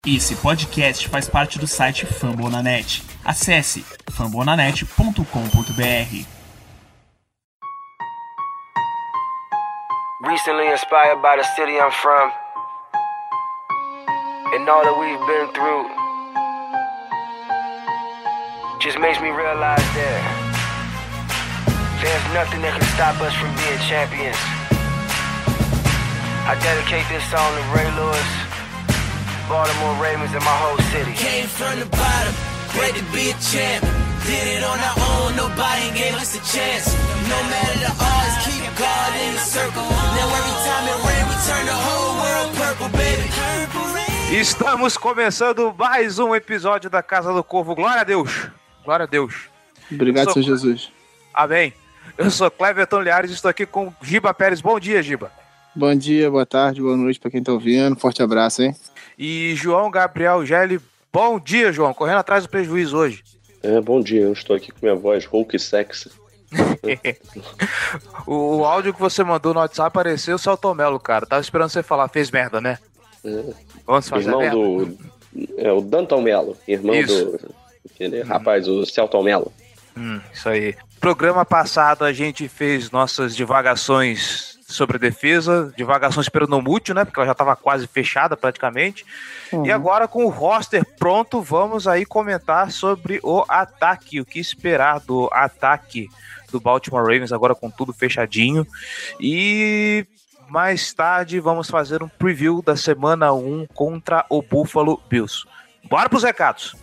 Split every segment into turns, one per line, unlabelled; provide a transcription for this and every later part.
Esse podcast faz parte do site Fambonanet. Acesse fambonanet.com.br.
Recently inspired by the city I'm from and all that we've been through just makes me realize that there's nothing that can stop us from being champions. I dedicate this song to Ray Lewis, Baltimore Ravens, and my whole city. Came from the bottom, great to be a champ. Did it on our own, nobody gave us a chance. No matter the odds, keep God in the circle. Now every time it rain, we turn the whole world purple, baby.
Estamos começando mais um episódio da Casa do Corvo. Glória a Deus. Glória a Deus.
Obrigado, Senhor Jesus.
Amém. Eu sou Cleverton Liares e estou aqui com Giba Pérez. Bom dia, Giba.
Bom dia, boa tarde, boa noite para quem tá ouvindo. Forte abraço, hein?
E João Gabriel Gelli. Bom dia, João. Correndo atrás do prejuízo hoje.
Bom dia. Eu estou aqui com minha voz rouca e sexy.
o áudio que você mandou no WhatsApp apareceu o Celton Mello, cara. Tava esperando você falar. Fez merda, né? Vamos fazer
irmão
merda?
o Danton Mello. Irmão
isso.
Rapaz, o Celton Mello.
Isso aí. Programa passado a gente fez nossas divagações sobre a defesa, divagações peronomútil, né? Porque ela já estava quase fechada praticamente. E agora com o roster pronto, vamos aí comentar sobre o ataque, o que esperar do ataque do Baltimore Ravens, agora com tudo fechadinho. E mais tarde vamos fazer um preview da semana 1 contra o Buffalo Bills. Bora pros recados!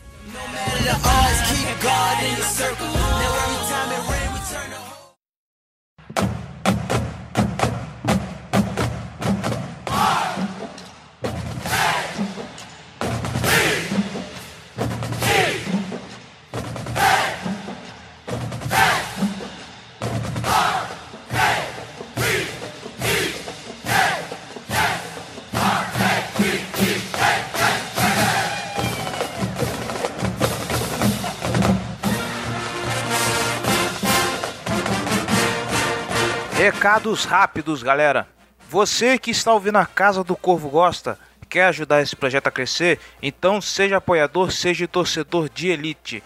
Recados rápidos, galera. Você que está ouvindo a Casa do Corvo gosta, quer ajudar esse projeto a crescer? Então seja apoiador, seja torcedor de elite.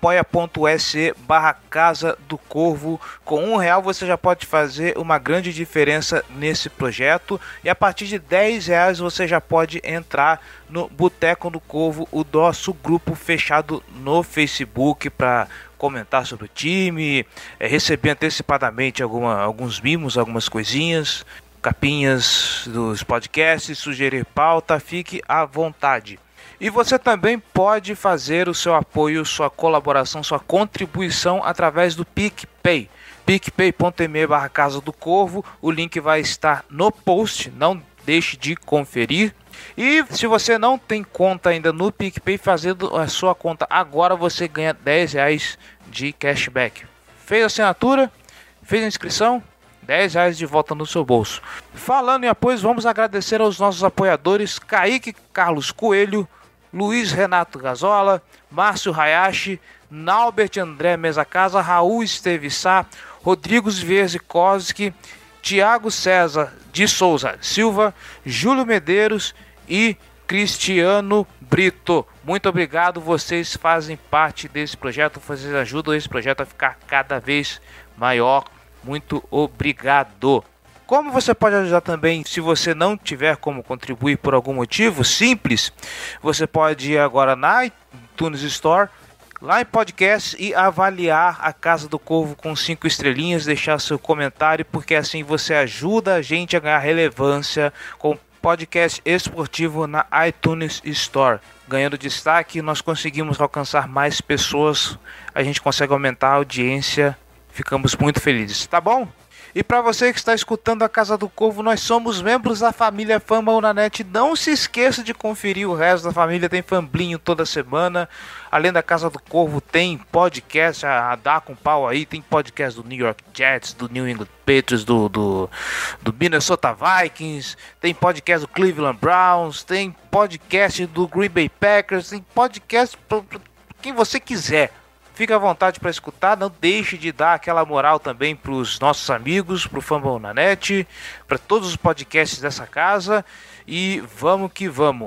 apoia.se/Casa do Corvo. Com R$1 você já pode fazer uma grande diferença nesse projeto. E a partir de R$10 você já pode entrar no Boteco do Corvo, o nosso grupo fechado no Facebook, para comentar sobre o time, receber antecipadamente alguns mimos, algumas coisinhas, capinhas dos podcasts, sugerir pauta, fique à vontade. E você também pode fazer o seu apoio, sua colaboração, sua contribuição através do PicPay. picpay.me/Casa do Corvo, o link vai estar no post, não deixe de conferir. E se você não tem conta ainda no PicPay, fazendo a sua conta agora, você ganha R$10 de cashback. Fez a assinatura? Fez a inscrição? R$10 de volta no seu bolso. Falando em apoios, vamos agradecer aos nossos apoiadores: Kaique Carlos Coelho, Luiz Renato Gazola, Márcio Hayashi, Naubert André Mesa Casa, Raul Estevissá, Rodrigo Zvierzikoski, Tiago César de Souza Silva, Júlio Medeiros e Cristiano Brito. Muito obrigado, vocês fazem parte desse projeto, vocês ajudam esse projeto a ficar cada vez maior. Muito obrigado. Como você pode ajudar também, se você não tiver como contribuir por algum motivo simples, você pode ir agora na iTunes Store, lá em podcast, e avaliar a Casa do Corvo com 5 estrelinhas, deixar seu comentário, porque assim você ajuda a gente a ganhar relevância com podcast esportivo na iTunes Store. Ganhando destaque, nós conseguimos alcançar mais pessoas, a gente consegue aumentar a audiência, ficamos muito felizes, tá bom? E para você que está escutando a Casa do Corvo, nós somos membros da família Fambonanet. Não se esqueça de conferir o resto da família, tem Famblinho toda semana. Além da Casa do Corvo, tem podcast a dar com pau aí, tem podcast do New York Jets, do New England Patriots, do Minnesota Vikings, tem podcast do Cleveland Browns, tem podcast do Green Bay Packers, tem podcast para quem você quiser. Fique à vontade para escutar, não deixe de dar aquela moral também para os nossos amigos, para o Fambonanet, para todos os podcasts dessa casa, e vamos que vamos.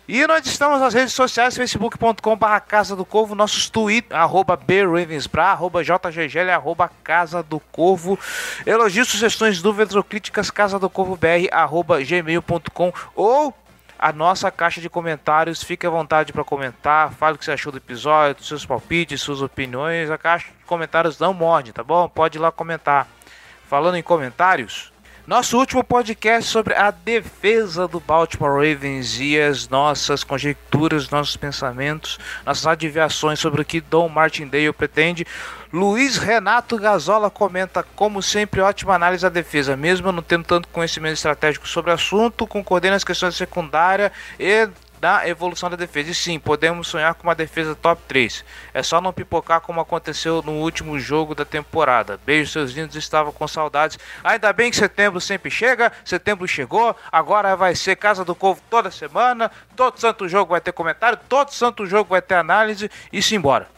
E nós estamos nas redes sociais, facebook.com/Casa do Corvo, nossos Twitter, @BRavensBra, @JGGL, @Casa do Corvo. Elogios, sugestões, dúvidas ou críticas, casadocorvobr, @gmail.com ou a nossa caixa de comentários. Fique à vontade para comentar, fale o que você achou do episódio, seus palpites, suas opiniões. A caixa de comentários não morde, tá bom? Pode ir lá comentar. Falando em comentários, nosso último podcast sobre a defesa do Baltimore Ravens e as nossas conjecturas, nossos pensamentos, nossas adivinhações sobre o que Don Martindale pretende. Luiz Renato Gazola comenta, como sempre, ótima análise da defesa, mesmo eu não tendo tanto conhecimento estratégico sobre o assunto, concordei nas questões de secundária e da evolução da defesa. E sim, podemos sonhar com uma defesa top 3. É só não pipocar como aconteceu no último jogo da temporada. Beijo, seus lindos, estava com saudades. Ainda bem que setembro sempre chega. Setembro chegou, agora vai ser Casa do Corvo toda semana. Todo santo jogo vai ter comentário, todo santo jogo vai ter análise e simbora.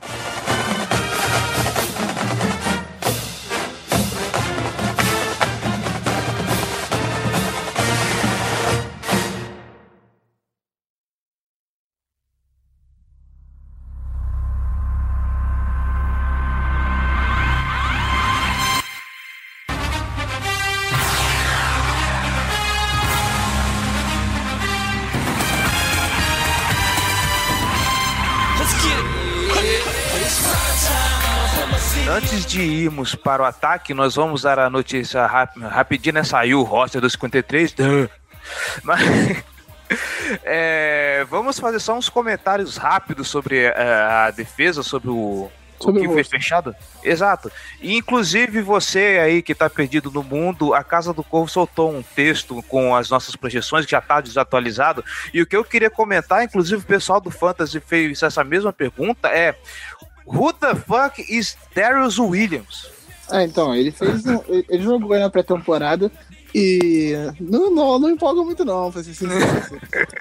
Antes de irmos para o ataque, nós vamos dar a notícia rapidinho, né? Saiu o roster dos 53. Mas vamos fazer só uns comentários rápidos sobre a defesa, sobre o que foi fechado. Exato. E inclusive você aí que tá perdido no mundo, a Casa do Corvo soltou um texto com as nossas projeções que já tá desatualizado. E o que eu queria comentar, inclusive o pessoal do Fantasy fez essa mesma pergunta, é: who the fuck is Darius Williams?
Então, ele jogou na pré-temporada e não empolga muito não, pra ser sincero.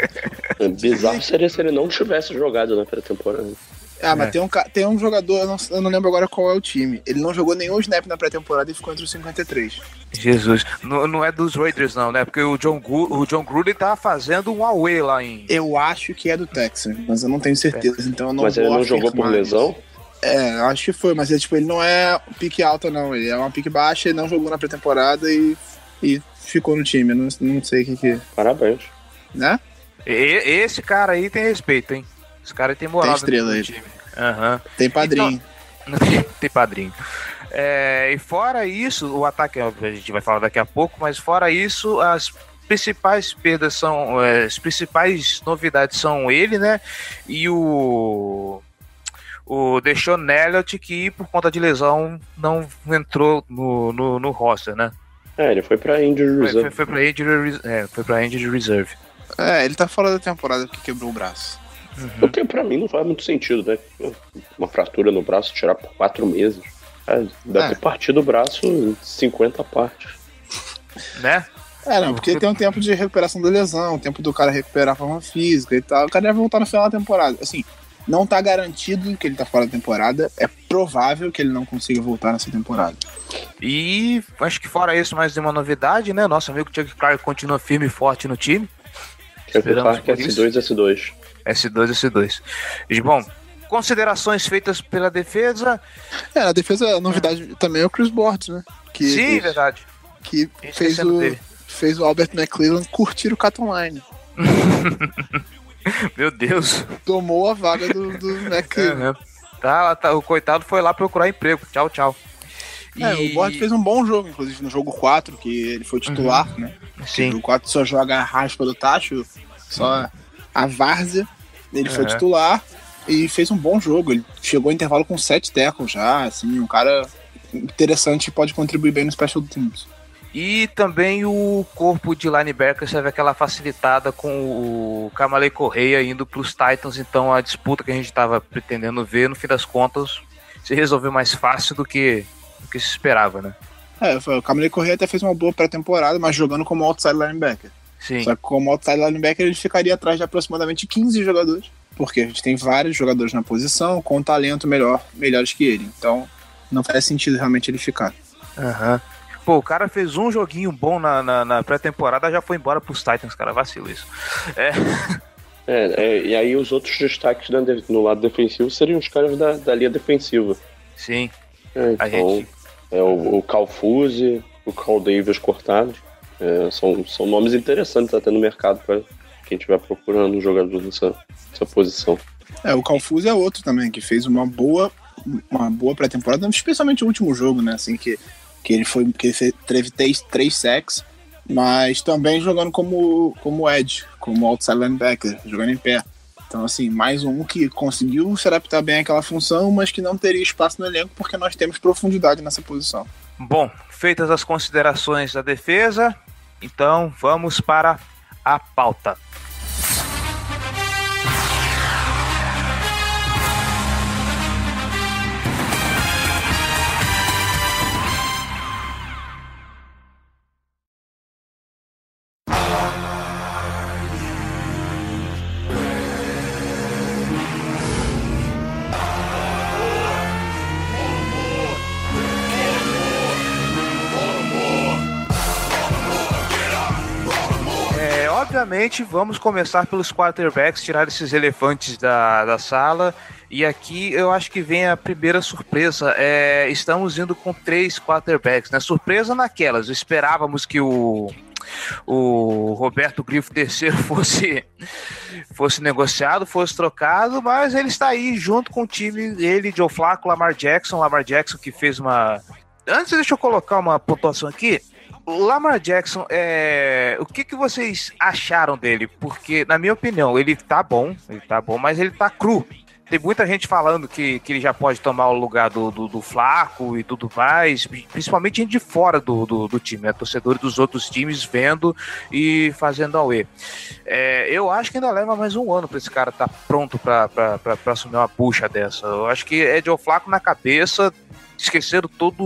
Bizarro seria se ele não tivesse jogado na pré-temporada.
Mas tem um jogador, eu não lembro agora qual é o time. Ele não jogou nenhum snap na pré-temporada e ficou entre os 53.
Jesus, não é dos Raiders não, né? Porque o John Gruden tá fazendo um away lá em...
Eu acho que é do Texas, mas eu não tenho certeza, então eu não
Mas
vou
ele não jogou por lesão?
Acho que foi, mas ele não é pique alta não, ele é uma pique baixa, ele não jogou na pré-temporada e ficou no time, eu não sei o que...
Parabéns.
Né?
Esse cara aí tem respeito, hein? Esse cara tem moral.
Tem estrela aí.
Time. Uhum.
Tem padrinho.
Então, tem padrinho. E fora isso, o ataque, a gente vai falar daqui a pouco, mas fora isso, as principais perdas são... as principais novidades são ele, né? E o Deshaun Elliott, que por conta de lesão não entrou no roster, né?
Ele foi pra Injury Reserve.
Foi pra Injury Reserve.
Ele tá fora da temporada porque quebrou o braço.
O que pra mim não faz muito sentido, né? Uma fratura no braço, tirar por 4 meses. Deve ter partido o braço em 50 partes.
Né?
Não, porque tem um tempo de recuperação da lesão, um tempo do cara recuperar a forma física e tal. O cara deve voltar no final da temporada. Assim, não tá garantido que ele tá fora da temporada. É provável que ele não consiga voltar nessa temporada.
E acho que fora isso, mais uma novidade, né? Nosso amigo Chuck Clark continua firme e forte no time.
Chuck Clark é S2. S2.
E, bom, considerações feitas pela defesa.
Na defesa, a novidade também é o Chris Bortz, né?
Sim, verdade.
Que fez o Albert McClellan curtir o cut online.
Meu Deus.
Tomou a vaga do McClellan.
O coitado foi lá procurar emprego. Tchau.
O Bortz fez um bom jogo, inclusive no jogo 4, que ele foi titular, né?
Sim.
O 4 só joga a raspa do tacho, só a várzea. Ele foi titular e fez um bom jogo. Ele chegou ao intervalo com 7 tackles já, assim, um cara interessante e pode contribuir bem nos special teams. E
também o corpo de linebackers teve aquela facilitada com o Kamalei Correia indo para os Titans, então a disputa que a gente estava pretendendo ver, no fim das contas, se resolveu mais fácil do que se esperava, né?
O Kamalei Correia até fez uma boa pré-temporada, mas jogando como outside linebacker.
Sim.
Só que como outside linebacker ele ficaria atrás de aproximadamente 15 jogadores, porque a gente tem vários jogadores na posição com talento melhores que ele, então não faz sentido realmente ele ficar.
Pô, o cara fez um joguinho bom na pré-temporada, já foi embora pros Titans, cara, vacilo isso.
E aí os outros destaques no lado defensivo seriam os caras da linha defensiva.
Sim.
Então, o Cal Fuse, o Cal Davis cortado. São nomes interessantes até no mercado para quem estiver procurando um jogador nessa posição.
O Cal Fuse é outro também, que fez uma boa pré-temporada, especialmente o último jogo, né? Assim, que ele teve 3 sacks, mas também jogando como edge, como outside linebacker, jogando em pé. Então, assim, mais um que conseguiu se adaptar bem àquela função, mas que não teria espaço no elenco porque nós temos profundidade nessa posição.
Bom, feitas as considerações da defesa, então vamos para a pauta. Obviamente, vamos começar pelos quarterbacks, tirar esses elefantes da sala. E aqui eu acho que vem a primeira surpresa. Estamos indo com 3 quarterbacks, né? Surpresa naquelas. Esperávamos que o Roberto Griffo III fosse negociado, fosse trocado, mas ele está aí junto com o time, ele, Joe Flacco, Lamar Jackson que fez uma... Antes, deixa eu colocar uma pontuação aqui. O Lamar Jackson, o que vocês acharam dele? Porque, na minha opinião, ele tá bom, mas ele tá cru. Tem muita gente falando que ele já pode tomar o lugar do Flacco e tudo mais, principalmente gente de fora do time, né? Torcedores dos outros times vendo e fazendo auê. Eu acho que ainda leva mais um ano para esse cara estar pronto para assumir uma bucha dessa. Eu acho que é Joe Flacco na cabeça, esqueceram todo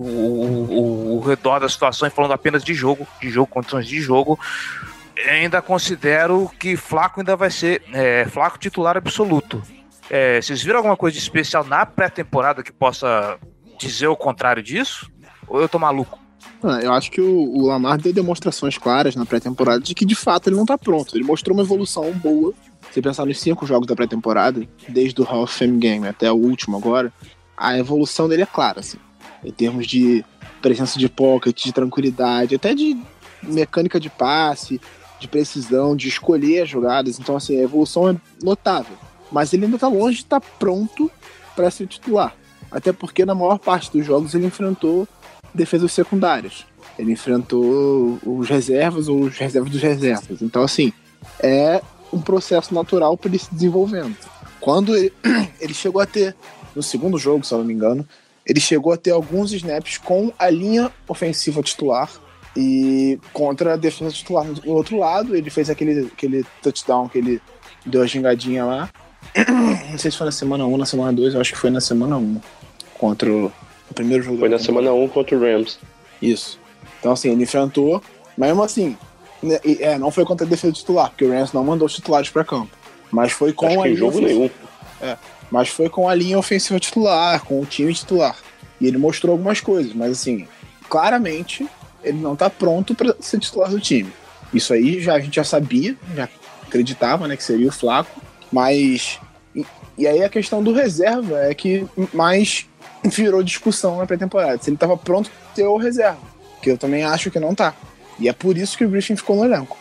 o redor da situação e falando apenas de jogo, condições de jogo. Ainda considero que Flacco ainda vai ser Flacco titular absoluto. Vocês viram alguma coisa de especial na pré-temporada que possa dizer o contrário disso? Ou eu tô maluco?
Eu acho que o Lamar deu demonstrações claras na pré-temporada de que de fato ele não tá pronto. Ele mostrou uma evolução boa. Se pensar nos 5 jogos da pré-temporada, desde o Hall of Fame Game até o último agora, a evolução dele é clara, assim, em termos de presença de pocket, de tranquilidade, até de mecânica de passe, de precisão, de escolher as jogadas. Então, assim, a evolução é notável. Mas ele ainda está longe de estar pronto para ser titular. Até porque na maior parte dos jogos ele enfrentou defesas secundárias. Ele enfrentou os reservas ou os reservas dos reservas. Então, assim, é um processo natural para ele se desenvolvendo. Quando ele chegou a ter, no segundo jogo, se eu não me engano, ele chegou a ter alguns snaps com a linha ofensiva titular e contra a defesa titular. No outro lado, ele fez aquele touchdown que ele deu a gingadinha lá. Não sei se foi na semana 1, na semana 2, eu acho que foi na semana 1 contra o primeiro jogo.
Foi na semana 1 contra o Rams.
Isso. Então, assim, ele enfrentou, mas mesmo assim, não foi contra a defesa titular, porque o Rams não mandou os titulares para campo. Mas foi com a linha
jogo nenhum.
Mas foi com a linha ofensiva titular, com o time titular. E ele mostrou algumas coisas, mas assim, claramente ele não tá pronto para ser titular do time. Isso aí a gente já sabia, já acreditava, né, que seria o Flacco. Mas, e aí a questão do reserva é que mais virou discussão na pré-temporada. Se ele estava pronto para ter o reserva, que eu também acho que não tá. E é por isso que o Griffin ficou no elenco.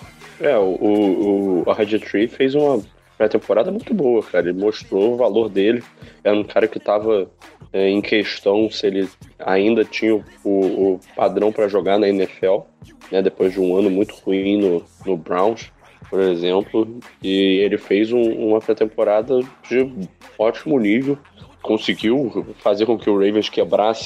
O RG3 fez uma pré-temporada muito boa, cara. Ele mostrou o valor dele. Era um cara que estava em questão se ele ainda tinha o padrão para jogar na NFL, né, depois de um ano muito ruim no Browns, por exemplo, e ele fez uma pré-temporada de ótimo nível, conseguiu fazer com que o Ravens quebrasse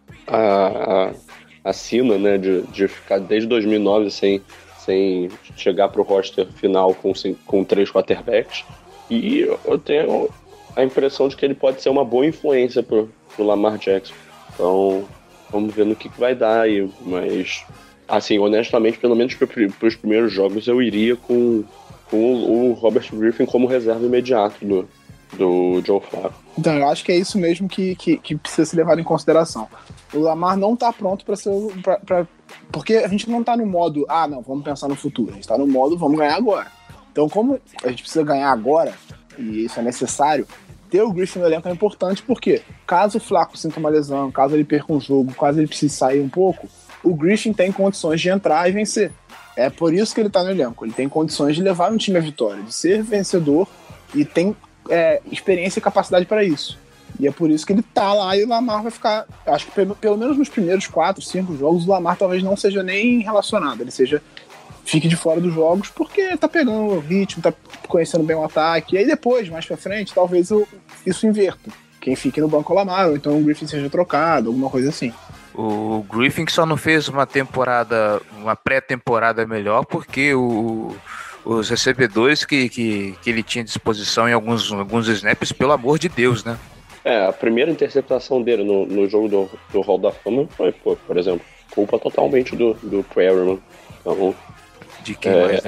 a sina, né, de ficar desde 2009 sem chegar para o roster final com 3 quarterbacks, e eu tenho a impressão de que ele pode ser uma boa influência pro Lamar Jackson. Então, vamos ver no que vai dar aí, mas... Assim, honestamente, pelo menos para os primeiros jogos, eu iria com o Robert Griffin como reserva imediato do Joe Flacco.
Então, eu acho que é isso mesmo que precisa ser levado em consideração. O Lamar não tá pronto para ser... porque a gente não tá no modo, não, vamos pensar no futuro. A gente tá no modo, vamos ganhar agora. Então, como a gente precisa ganhar agora, e isso é necessário, ter o Griffin no elenco é importante, porque caso o Flacco sinta uma lesão, caso ele perca um jogo, caso ele precise sair um pouco, o Griffin tem condições de entrar e vencer. É por isso que ele tá no elenco. Ele tem condições de levar um time à vitória, de ser vencedor, e tem experiência e capacidade para isso. E é por isso que ele tá lá, e o Lamar vai ficar... Acho que pelo menos nos primeiros 4, 5 jogos, o Lamar talvez não seja nem relacionado. Ele fique de fora dos jogos, porque tá pegando o ritmo, tá conhecendo bem o ataque. E aí depois, mais pra frente, talvez isso inverta. Quem fique no banco é o Lamar, ou então o Griffin seja trocado, alguma coisa assim.
O Griffin que só não fez uma pré-temporada melhor, porque os recebedores que ele tinha à disposição em alguns snaps, pelo amor de Deus, né?
A primeira interceptação dele no jogo do Hall da Fama foi, por exemplo, culpa totalmente do Perryman. Então,
de quem mais?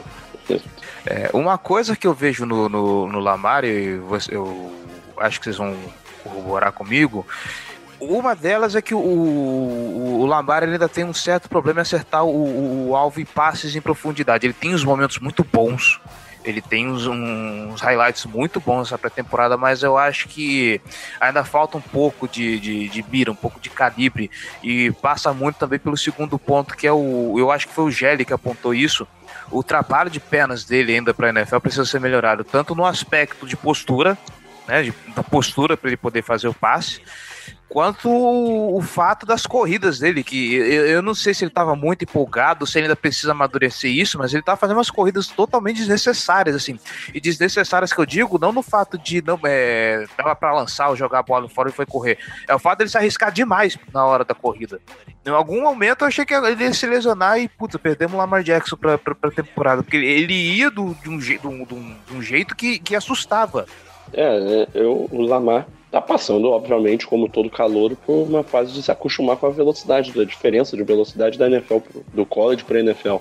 Uma coisa que eu vejo no Lamar, e eu acho que vocês vão corroborar comigo, uma delas é que o Lamar ainda tem um certo problema em acertar o alvo em passes em profundidade. Ele tem uns momentos muito bons, ele tem uns highlights muito bons nessa pré-temporada, mas eu acho que ainda falta um pouco de mira, um pouco de calibre, e passa muito também pelo segundo ponto, que é eu acho que foi o Gelli que apontou isso. O trabalho de pernas dele ainda para a NFL precisa ser melhorado, tanto no aspecto de postura, né, de postura para ele poder fazer o passe, quanto o fato das corridas dele, que eu não sei se ele estava muito empolgado, se ele ainda precisa amadurecer isso, mas ele estava fazendo umas corridas totalmente desnecessárias, assim, e desnecessárias que eu digo, não no fato de não dava para lançar ou jogar a bola fora e foi correr, é o fato dele se arriscar demais na hora da corrida. Em algum momento eu achei que ele ia se lesionar e, perdemos o Lamar Jackson pra temporada, porque ele ia de um jeito que assustava.
O Lamar tá passando, obviamente, como todo calouro, por uma fase de se acostumar com a velocidade, da diferença de velocidade da NFL, do college para a NFL.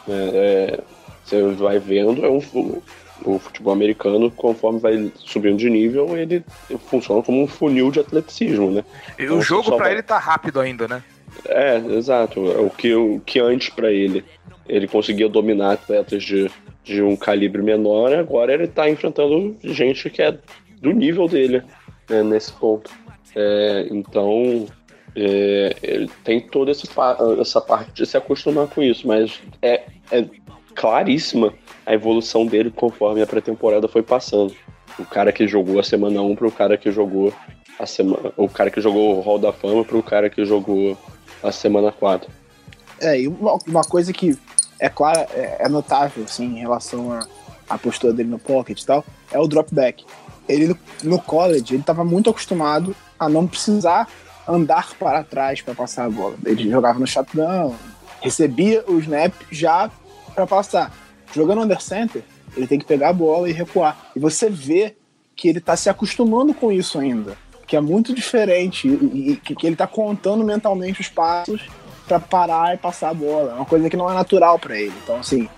Você vai vendo, o futebol americano, conforme vai subindo de nível, ele funciona como um funil de atleticismo, né?
E então, o jogo para ele tá rápido ainda, né?
Exato. O que antes para ele conseguia dominar atletas de um calibre menor, agora ele tá enfrentando gente que é do nível dele, né, nesse ponto. Então, ele tem toda essa parte de se acostumar com isso, mas é claríssima a evolução dele conforme a pré-temporada foi passando. O cara que jogou a semana 1 para o cara que jogou o cara que jogou o Hall da Fama para o cara que jogou a semana 4.
E uma coisa que é clara, é notável assim, em relação à postura dele no pocket e tal, é o drop back. Ele no college, ele estava muito acostumado a não precisar andar para trás para passar a bola. Ele jogava no shotgun, recebia o snap já para passar. Jogando under center, ele tem que pegar a bola e recuar. E você vê que ele está se acostumando com isso ainda, que é muito diferente, e que ele está contando mentalmente os passos para parar e passar a bola. É uma coisa que não é natural para ele. Então, assim,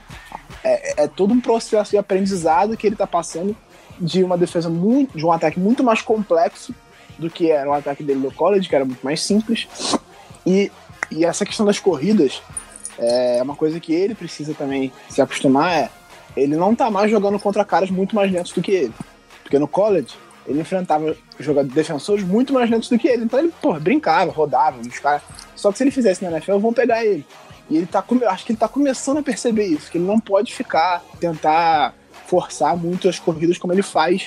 é todo um processo de aprendizado que ele está passando de uma defesa de um ataque muito mais complexo do que era o ataque dele no college, que era muito mais simples. E essa questão das corridas é uma coisa que ele precisa também se acostumar. Ele não tá mais jogando contra caras muito mais lentos do que ele. Porque no college, ele enfrentava defensores muito mais lentos do que ele. Então ele, brincava, rodava, os caras. Só que se ele fizesse na NFL, vão pegar ele. E ele acho que ele tá começando a perceber isso, que ele não pode tentar forçar muito as corridas como ele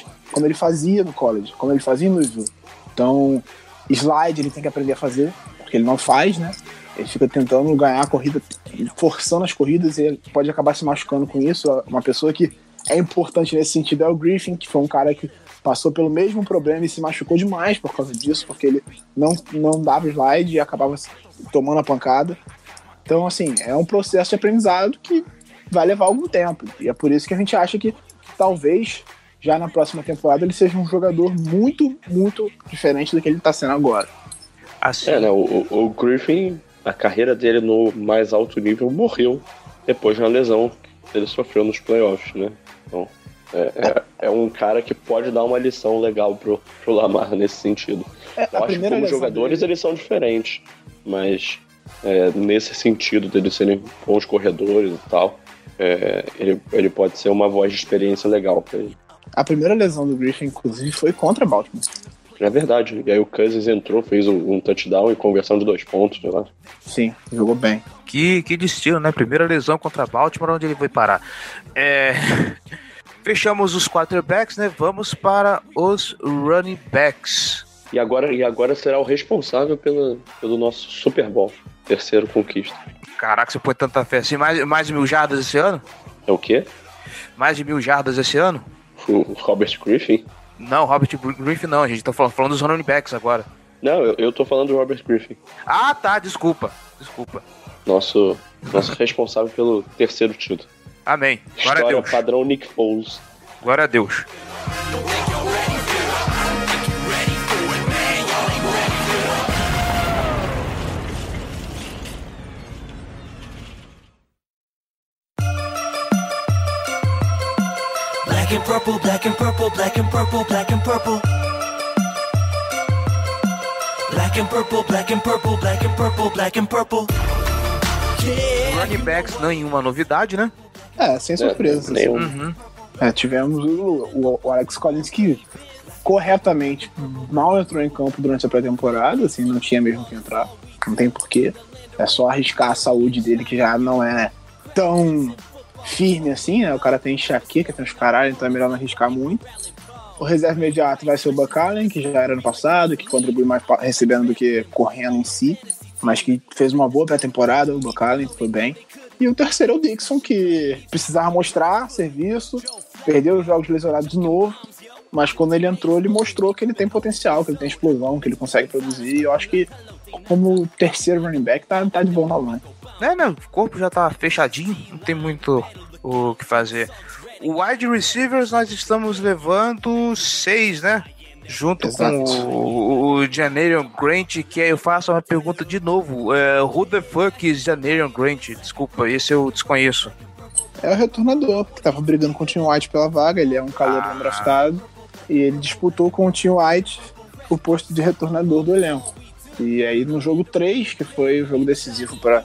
fazia no college, como ele fazia no Louisville. Então, slide ele tem que aprender a fazer, porque ele não faz, né? Ele fica tentando ganhar a corrida, forçando as corridas, e ele pode acabar se machucando com isso. Uma pessoa que é importante nesse sentido é o Griffin, que foi um cara que passou pelo mesmo problema e se machucou demais por causa disso, porque ele não dava slide e acabava tomando a pancada. Então, assim, é um processo de aprendizado que vai levar algum tempo. E é por isso que a gente acha que talvez já na próxima temporada ele seja um jogador muito, muito diferente do que ele está sendo agora.
Assim, o Griffin, a carreira dele no mais alto nível morreu depois de uma lesão que ele sofreu nos playoffs, né? Então, é um cara que pode dar uma lição legal pro Lamar nesse sentido. Eu acho que como jogadores eles são diferentes, mas nesse sentido deles serem bons corredores e tal, ele pode ser uma voz de experiência legal pra ele.
A primeira lesão do Griffin, inclusive, foi contra Baltimore.
É verdade. E aí o Cousins entrou, fez um touchdown e conversão de 2 pontos, sei lá.
Sim, jogou bem.
Que destino, né? Primeira lesão contra Baltimore, onde ele foi parar. Fechamos os quarterbacks, né? Vamos para os running backs.
E agora será o responsável pelo nosso Super Bowl. Terceiro conquista.
Caraca, você põe tanta fé assim. Mais de 1.000 jardas esse ano?
É o quê?
Mais de 1.000 jardas esse ano?
O Robert Griffin?
Não, Robert Griffin não. A gente tá falando dos running backs agora.
Não, eu tô falando do Robert Griffin.
Ah, tá. Desculpa.
Nosso responsável pelo terceiro título.
Amém. Glória a
História
Deus.
padrão Nick Foles.
Glória a Deus.
Black and purple, black and purple, black and purple, black and purple. Black and purple, black and purple, black and purple, black and purple.
Running backs, nenhuma novidade, né?
Sem surpresa.
Nenhum.
Uhum.
Tivemos o Alex Collins que corretamente mal entrou em campo durante a pré-temporada, assim, não tinha mesmo que entrar, não tem porquê. É só arriscar a saúde dele, que já não é tão firme assim, né? O cara tem enxaqueca, tem uns caralho, então é melhor não arriscar muito. O reserva imediato vai ser o Buck Allen, que já era no passado, que contribui mais recebendo do que correndo em si, mas que fez uma boa pré-temporada, o Buck Allen foi bem. E o terceiro é o Dixon, que precisava mostrar serviço, perdeu os jogos lesionados de novo, mas quando ele entrou, ele mostrou que ele tem potencial, que ele tem explosão, que ele consegue produzir. E eu acho que como terceiro running back tá de bom tamanho.
O corpo já tá fechadinho, não tem muito o que fazer. O wide receivers nós estamos levando 6, né? Junto
Exato.
com o Janarion Grant, que aí eu faço uma pergunta de novo. Who the fuck is Janarion Grant? Desculpa, esse eu desconheço.
É o retornador, que tava brigando com o Tim White pela vaga, ele é um calor não draftado, e ele disputou com o Tim White o posto de retornador do elenco. E aí no jogo 3, que foi o jogo decisivo para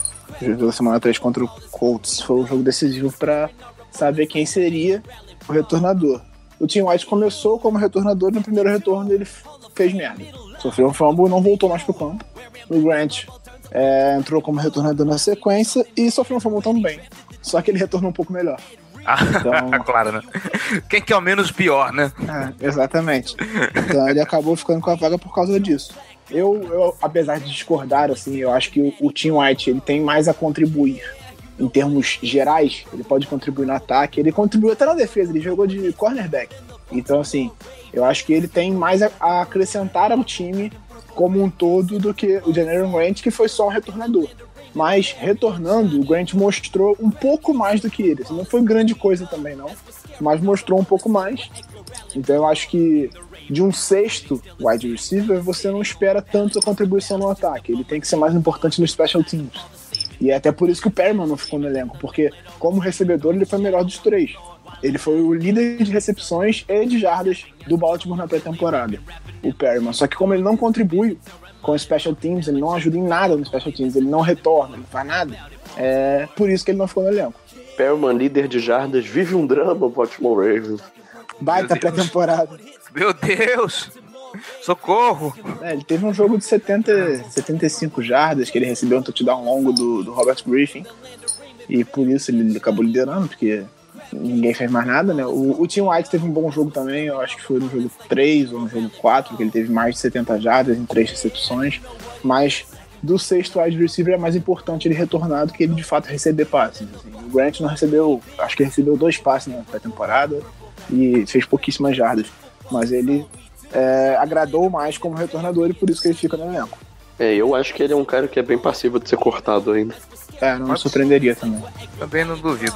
o jogo da semana 3 contra o Colts, foi o jogo decisivo para saber quem seria o retornador. O Tim White começou como retornador e no primeiro retorno ele fez merda. Sofreu um fumble, não voltou mais pro campo. O Grant entrou como retornador na sequência e sofreu um fumble também. Só que ele retornou um pouco melhor. Então,
claro, né? Quem que é o menos pior, né?
Exatamente. Então ele acabou ficando com a vaga por causa disso. Eu apesar de discordar, assim, eu acho que o Tim White ele tem mais a contribuir. Em termos gerais, ele pode contribuir no ataque, ele contribuiu até na defesa, ele jogou de cornerback. Então, assim, eu acho que ele tem mais a acrescentar ao time como um todo do que o Janarion Grant, que foi só um retornador. Mas, retornando, o Grant mostrou um pouco mais do que ele. Não foi grande coisa também, não, mas mostrou um pouco mais. Então, eu acho que de um sexto wide receiver, você não espera tanto a contribuição no ataque. Ele tem que ser mais importante no special teams. E é até por isso que o Perriman não ficou no elenco, porque como recebedor ele foi o melhor dos 3. Ele foi o líder de recepções e de jardas do Baltimore na pré-temporada, o Perriman. Só que como ele não contribui com os special teams, ele não ajuda em nada nos special teams, ele não retorna, ele não faz nada, é por isso que ele não ficou no elenco.
Perriman, líder de jardas, vive um drama, Baltimore Ravens.
Baita pré-temporada.
Meu Deus! Socorro!
Ele teve um jogo de 75 jardas, que ele recebeu um touchdown longo do Robert Griffin, e por isso ele acabou liderando, porque ninguém fez mais nada, né? O Tim White teve um bom jogo também, eu acho que foi no jogo 3 ou no jogo 4, que ele teve mais de 70 jardas em 3 recepções, mas do sexto wide receiver é mais importante ele retornar do que ele de fato receber passes. Assim. O Grant não recebeu, acho que ele recebeu 2 passes na pré-temporada e fez pouquíssimas jardas, mas ele agradou mais como retornador e por isso que ele fica no elenco.
Eu acho que ele é um cara que é bem passível de ser cortado ainda.
Não me surpreenderia também.
Também não duvido.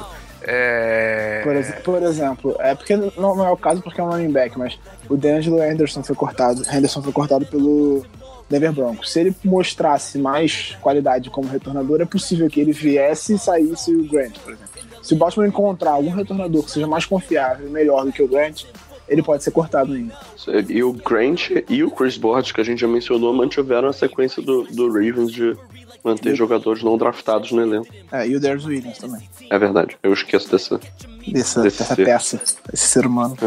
Por exemplo, porque não é o caso porque é um running back, mas o DeAngelo Henderson foi cortado pelo Denver Broncos. Se ele mostrasse mais qualidade como retornador, é possível que ele viesse e saísse o Grant, por exemplo. Se o Baltimore encontrar algum retornador que seja mais confiável e melhor do que o Grant, ele pode ser cortado ainda.
E o Grant e o Chris Borges, que a gente já mencionou, mantiveram a sequência do Ravens de manter jogadores não draftados no elenco.
E o Darius Williams também.
É verdade, eu esqueço dessa
peça, esse ser humano.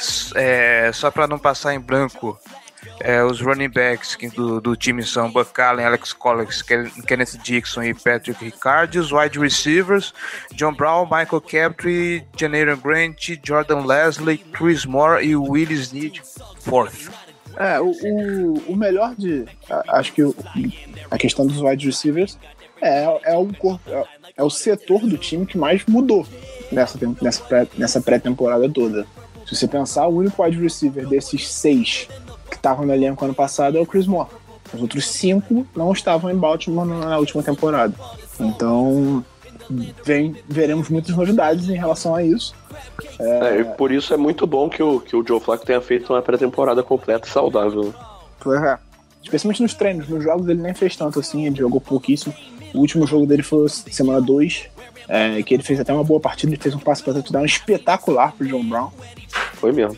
Só pra não passar em branco, os running backs do time são Buck Allen, Alex Collins, Kenneth Dixon e Patrick Ricard. Os wide receivers, John Brown, Michael Crabtree, Janaron Grant, Jordan Leslie, Chris Moore e Willie Snead fourth.
O melhor acho que a questão dos wide receivers é o setor do time que mais mudou nessa pré-temporada toda. Se você pensar, o único wide receiver desses 6 que estavam no elenco ano passado é o Chris Moore. Os outros 5 não estavam em Baltimore na última temporada. Então, veremos muitas novidades em relação a isso.
E por isso é muito bom que o Joe Flacco tenha feito uma pré-temporada completa e saudável.
Especialmente nos treinos. Nos jogos ele nem fez tanto assim, ele jogou pouquíssimo. O último jogo dele foi semana 2, que ele fez até uma boa partida, ele fez um passe para touchdown espetacular pro John Brown.
Foi mesmo.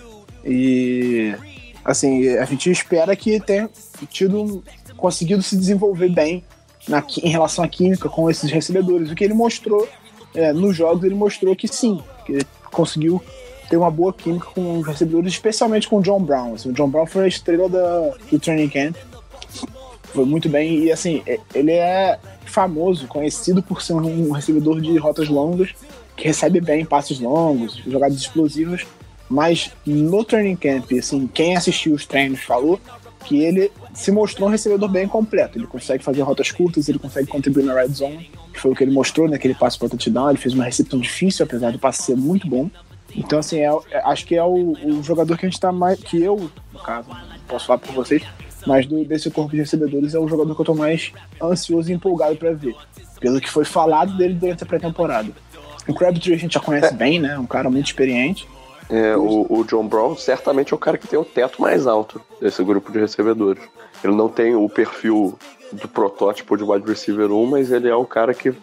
E assim, a gente espera que tenha conseguido se desenvolver bem em relação à química com esses recebedores. O que ele mostrou nos jogos, ele mostrou que sim, que ele conseguiu ter uma boa química com os recebedores, especialmente com o John Brown. Assim, o John Brown foi a estrela do training camp, foi muito bem, e assim, ele é famoso, conhecido por ser um recebedor de rotas longas, que recebe bem passes longos, jogadas explosivas, mas no training camp, assim, quem assistiu os treinos falou que ele se mostrou um recebedor bem completo. Ele consegue fazer rotas curtas, ele consegue contribuir na red zone, que foi o que ele mostrou naquele passe para touchdown. Ele fez uma recepção difícil, apesar do passe ser muito bom. Então, assim, acho que é o jogador que a gente tá mais... Que eu, no caso, não posso falar por vocês, mas desse corpo de recebedores é o jogador que eu tô mais ansioso e empolgado para ver, pelo que foi falado dele durante a pré-temporada. O Crabtree a gente já conhece bem, né? Um cara muito experiente.
O John Brown certamente é o cara que tem o teto mais alto desse grupo de recebedores. Ele não tem o perfil do protótipo de wide receiver 1, mas ele é o cara que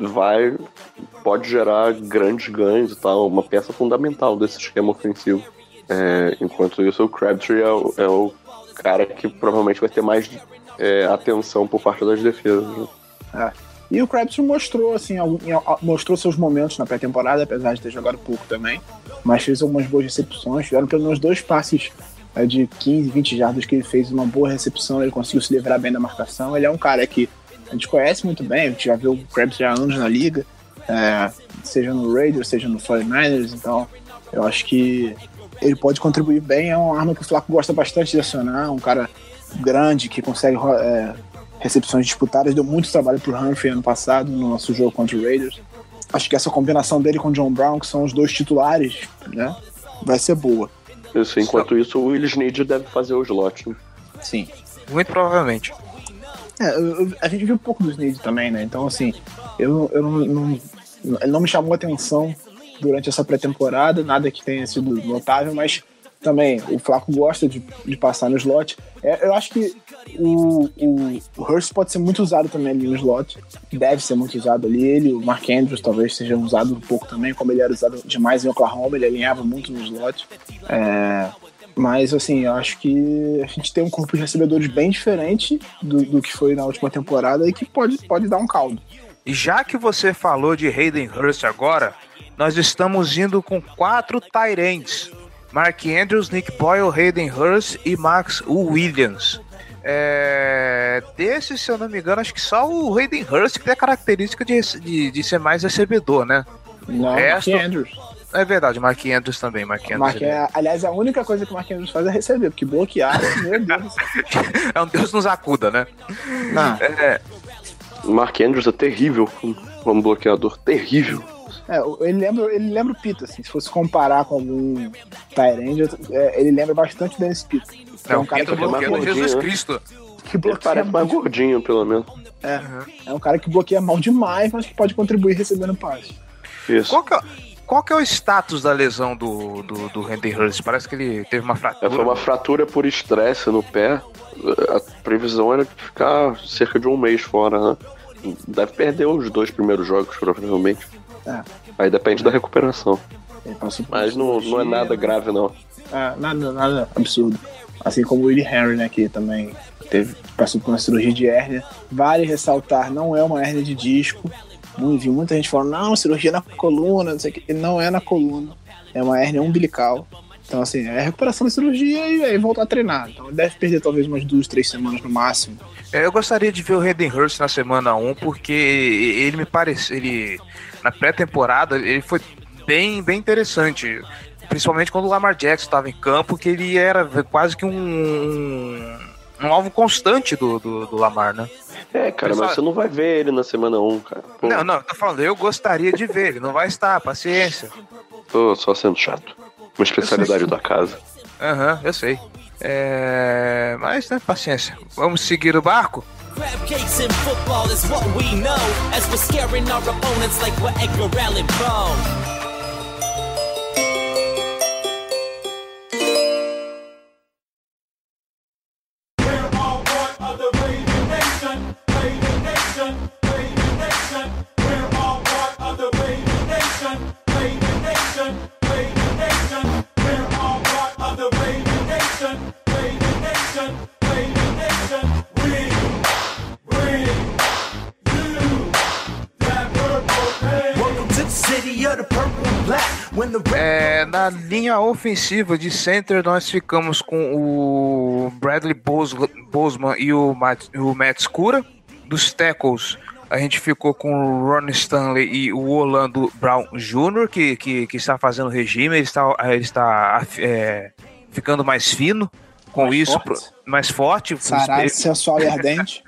pode gerar grandes ganhos e tal, uma peça fundamental desse esquema ofensivo. Enquanto isso, o Crabtree é o cara que provavelmente vai ter mais atenção por parte das defesas. Né?
E o Crabtree mostrou, assim, mostrou seus momentos na pré-temporada, apesar de ter jogado pouco também, mas fez algumas boas recepções. Tiveram pelo menos 2 passes de 15, 20 jardas que ele fez uma boa recepção, ele conseguiu se livrar bem da marcação. Ele é um cara que a gente conhece muito bem, a gente já viu o Crabtree há anos na liga, seja no Raiders, seja no 49ers, então eu acho que ele pode contribuir bem. É uma arma que o Flacco gosta bastante de acionar, um cara grande que consegue recepções disputadas, deu muito trabalho pro Humphrey ano passado no nosso jogo contra o Raiders. Acho que essa combinação dele com o John Brown, que são os 2 titulares, né, vai ser boa.
Isso, enquanto isso, o Willie Snead deve fazer o slot. Né?
Sim, muito provavelmente.
A gente viu um pouco do Snead também, né? Então, assim, ele não me chamou a atenção durante essa pré-temporada, nada que tenha sido notável, mas também o Flacco gosta de passar no slot. Eu acho que o Hurst pode ser muito usado também ali no slot, deve ser muito usado ali. O Mark Andrews talvez seja usado um pouco também, como ele era usado demais em Oklahoma, ele alinhava muito no slot. Mas assim, eu acho que a gente tem um corpo de recebedores bem diferente do que foi na última temporada e que pode dar um caldo.
E já que você falou de Hayden Hurst agora, nós estamos indo com 4 tight ends: Mark Andrews, Nick Boyle, Hayden Hurst e Max Williams. Desses, se eu não me engano, acho que só o Hayden Hurst que tem a característica de ser mais recebedor, né?
Não, resto... Mark Andrews.
É verdade, Mark Andrews também.
Aliás, a única coisa que o Mark Andrews faz é receber, porque bloquear, meu Deus.
É um Deus nos acuda, né?
O Mark Andrews é terrível como bloqueador, terrível.
Ele lembra o Pita, assim, se fosse comparar com algum tight end, ele lembra bastante do Dennis Pita.
É um cara que bloqueia Jesus Cristo.
Que bloqueia,
ele parece mais gordinho, pelo menos.
É um cara que bloqueia mal demais, mas que pode contribuir recebendo passe.
Isso.
Qual que é o status da lesão do Hayden Hurst? Parece que ele teve uma fratura.
Foi uma fratura por estresse no pé. A previsão era de ficar cerca de 1 mês fora, né? Deve perder os 2 primeiros jogos, provavelmente. Aí depende da recuperação. Mas não é nada grave, não.
Nada absurdo. assim como o Willie Henry, né, que também passou por uma cirurgia de hérnia. Vale ressaltar, não é uma hérnia de disco. Vi muita gente falando, não, cirurgia na coluna, não sei o que. Não é na coluna, é uma hérnia umbilical. Então, assim, é recuperação da cirurgia e aí voltar a treinar. Então, ele deve perder talvez umas 2-3 semanas no máximo.
Eu gostaria de ver o Hayden Hurst na semana 1, porque ele me parece... na pré-temporada, ele foi bem interessante. Principalmente quando o Lamar Jackson estava em campo, que ele era quase que um alvo constante do Lamar, né?
Cara, mas você não vai ver ele na semana 1, cara. Pô.
Não, tô falando, eu gostaria de ver, ele não vai estar, paciência.
Tô só sendo chato. Uma especialidade da casa.
Eu sei. Mas, né, paciência. Vamos seguir o barco?
Crab cakes in football is what we know, as we're scaring our opponents like we're Edgar Allan Poe.
Na linha ofensiva de center, nós ficamos com o Bradley Bozeman e o Matt Skura. Dos tackles, a gente ficou com o Ron Stanley e o Orlando Brown Jr., que está fazendo regime, ele está ficando mais fino, com mais isso, forte. Mais forte.
Sarado, sensual e ardente.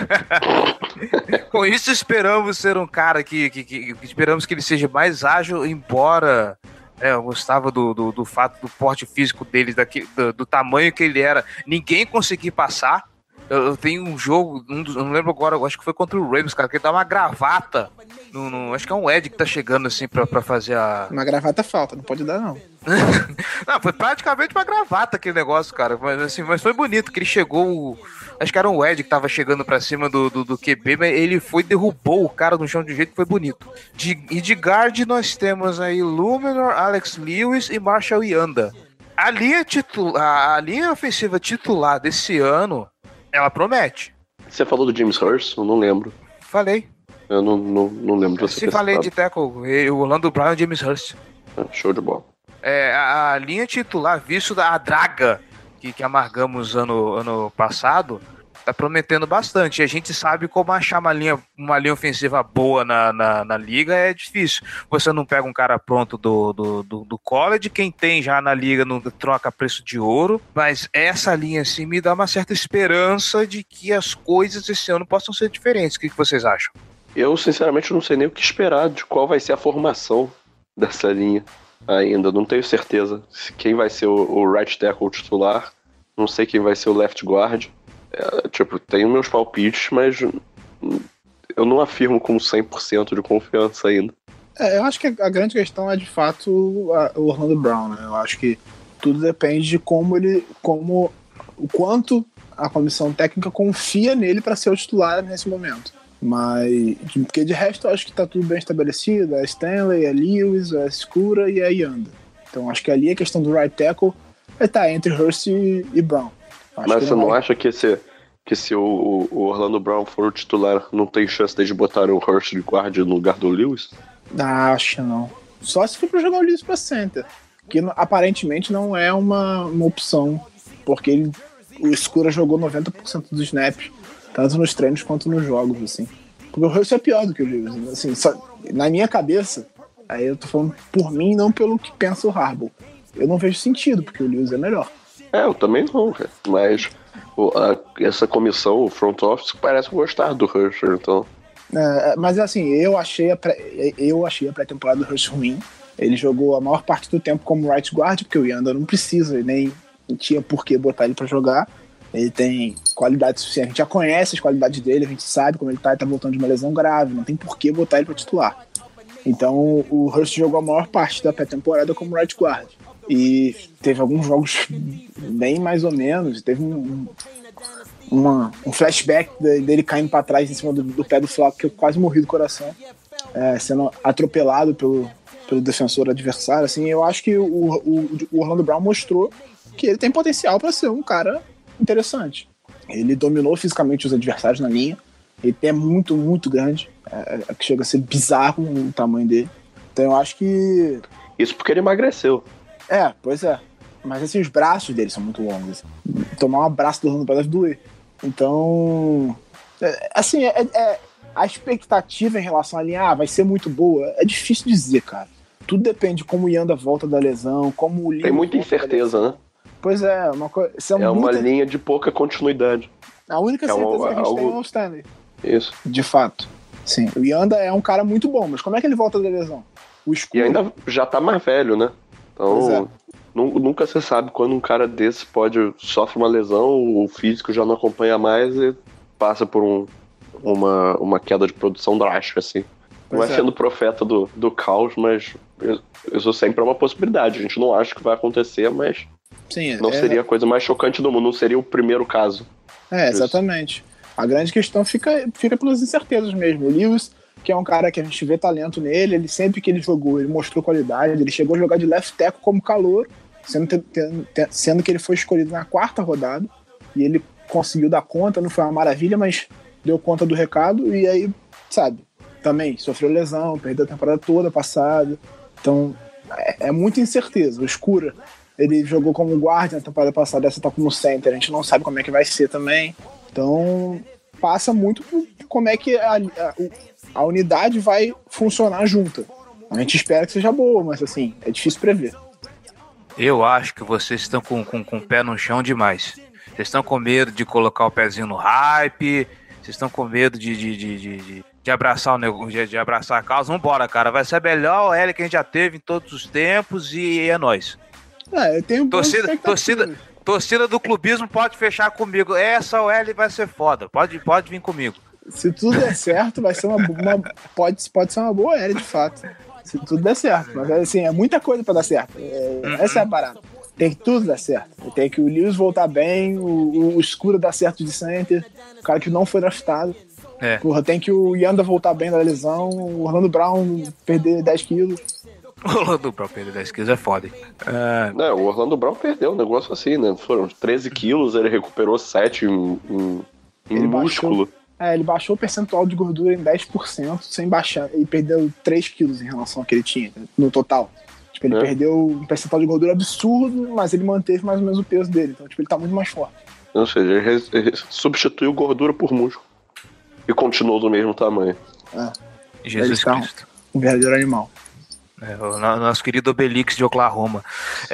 Com isso, esperamos ser um cara que esperamos que ele seja mais ágil, embora eu gostava do fato do porte físico dele, do tamanho que ele era, ninguém conseguia passar. Eu tenho um jogo, não lembro agora, acho que foi contra o Ravens, cara, que ele dá uma gravata. Acho que é um Ed que tá chegando assim pra fazer a...
Uma gravata falta, não pode dar não.
Não, foi praticamente uma gravata aquele negócio, cara. Mas foi bonito, que ele chegou... Acho que era um Ed que tava chegando pra cima do QB, mas ele derrubou o cara no chão de um jeito que foi bonito. E de guard nós temos aí Luminor, Alex Lewis e Marshall Yanda. A linha ofensiva titular desse ano, ela promete.
Você falou do James Hurst? Eu não lembro.
Falei.
Eu não lembro.
Se falei de tackle, o Orlando Brown e o James Hurst.
Show de bola.
A linha titular, visto da draga que amargamos ano passado, tá prometendo bastante. E a gente sabe como achar uma linha ofensiva boa na liga é difícil. Você não pega um cara pronto do college, quem tem já na liga não troca preço de ouro, mas essa linha assim me dá uma certa esperança de que as coisas esse ano possam ser diferentes. O que vocês acham?
Eu, sinceramente, não sei nem o que esperar de qual vai ser a formação dessa linha ainda. Não tenho certeza quem vai ser o right tackle titular. Não sei quem vai ser o left guard. Tenho meus palpites, mas eu não afirmo com 100% de confiança ainda.
Eu acho que a grande questão é, de fato, o Orlando Brown, né? Eu acho que tudo depende de o quanto a comissão técnica confia nele para ser o titular nesse momento. Mas, porque de resto, eu acho que tá tudo bem estabelecido. A Stanley, a Lewis, a Skura e a Yanda. Então, acho que ali a questão do right tackle vai estar entre Hurst e Brown.
Mas você não acha que se o Orlando Brown for o titular, não tem chance de botar o Hurst de guarda no lugar do Lewis?
Acho que não. Só se for pra jogar o Lewis pra center. Que aparentemente não é uma opção. Porque o Skura jogou 90% dos snaps, tanto nos treinos quanto nos jogos, assim. Porque o Hurst é pior do que o Lewis. Assim, na minha cabeça, aí eu tô falando por mim, não pelo que pensa o Harbaugh. Eu não vejo sentido, porque o Lewis é melhor.
Eu também não, cara. Mas essa comissão, o front office, parece gostar do Hurst, então...
Mas assim, eu achei a pré-temporada do Hurst ruim. Ele jogou a maior parte do tempo como right guard, porque o Yanda não precisa, nem tinha por que botar ele pra jogar. Ele tem qualidade suficiente, a gente já conhece as qualidades dele, a gente sabe como ele tá voltando de uma lesão grave, não tem por que botar ele pra titular. Então o Hurst jogou a maior parte da pré-temporada como right guard. E teve alguns jogos bem mais ou menos, teve um flashback dele caindo pra trás em cima do pé do Flacco, que eu quase morri do coração, sendo atropelado pelo defensor adversário. Assim, eu acho que o Orlando Brown mostrou que ele tem potencial para ser um cara interessante. Ele dominou fisicamente os adversários na linha. Ele é muito, muito grande. Que chega a ser bizarro o tamanho dele. Então eu acho que...
Isso porque ele emagreceu.
Pois é. Mas assim, os braços dele são muito longos. Tomar um abraço do Orlando Brown deve doer. Então... assim, a expectativa em relação à linha, vai ser muito boa, é difícil dizer, cara. Tudo depende de como o Yanda volta da lesão, como o Leo...
Tem muita incerteza, né?
Pois é,
uma linha de pouca continuidade.
A única certeza que a gente tem é o Stanley.
Isso.
De fato. Sim, o Yanda é um cara muito bom, mas como é que ele volta da lesão? O escuro...
E ainda já tá mais velho, né? Então, nunca se sabe quando um cara desse sofre uma lesão, o físico já não acompanha mais e passa por uma queda de produção drástica, assim. Não é sendo profeta do caos, mas isso sempre é uma possibilidade. A gente não acha que vai acontecer, mas
sim,
não seria a coisa mais chocante do mundo, não seria o primeiro caso.
Exatamente. A grande questão fica pelas incertezas mesmo. O Lewis, que é um cara que a gente vê talento nele, ele sempre que ele jogou, ele mostrou qualidade, ele chegou a jogar de left tackle como calouro, sendo que ele foi escolhido na 4ª rodada, e ele conseguiu dar conta, não foi uma maravilha, mas deu conta do recado, e aí, sabe, também sofreu lesão, perdeu a temporada toda passada, então é muita incerteza. O Escura, ele jogou como guarda na temporada passada, essa tá como center, a gente não sabe como é que vai ser também, então passa muito por como é que a unidade vai funcionar junta. A gente espera que seja boa, mas assim, é difícil prever.
Eu acho que vocês estão com o pé no chão demais. Vocês estão com medo de colocar o pezinho no hype, vocês estão com medo de abraçar o negócio, de abraçar a causa. Vambora, cara, vai ser a melhor OL que a gente já teve em todos os tempos e é nóis.
Eu tenho
torcida do clubismo pode fechar comigo. Essa OL vai ser foda, pode vir comigo.
Se tudo der certo, vai ser pode ser uma boa OL, de fato. Se tudo der certo. Mas assim, é muita coisa pra dar certo. Essa é a parada. Tem que tudo dar certo. Tem que o Lewis voltar bem, o Escuro dar certo de center, o cara que não foi draftado. Porra, tem que o Yanda voltar bem da lesão, o Orlando Brown perder 10 quilos.
O Orlando Brown perder 10 quilos é foda, hein?
O Orlando Brown perdeu um negócio assim, né? Foram 13 quilos, ele recuperou 7 em músculo.
Ele baixou o percentual de gordura em 10% sem baixar. Ele perdeu 3 quilos em relação ao que ele tinha no total. Tipo, ele perdeu um percentual de gordura absurdo, mas ele manteve mais ou menos o peso dele. Então, tipo, ele tá muito mais forte.
Ou seja, ele substituiu gordura por músculo. E continuou do mesmo tamanho.
Jesus Cristo.
Um verdadeiro animal.
O nosso querido Obelix de Oklahoma.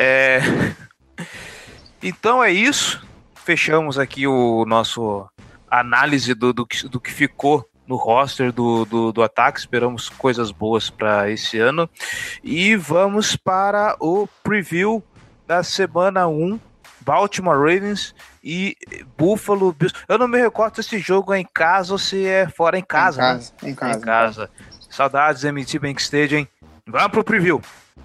Então é isso. Fechamos aqui o nosso análise do que ficou no roster do ataque. Esperamos coisas boas para esse ano. E vamos para o preview da semana 1. Baltimore Ravens e Buffalo Bills. Eu não me recordo se esse jogo é em casa ou se é fora em casa.
Em casa.
Saudades, M.T. Bank Stadium. Vamos pro preview.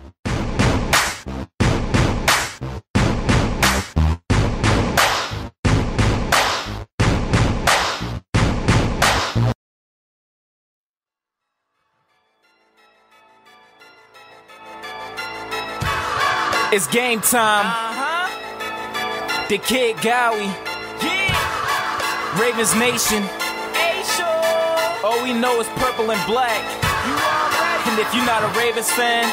It's game time. The Kid Gowie. Ravens Nation. All we know is purple and black. And if you're not a Ravens fan,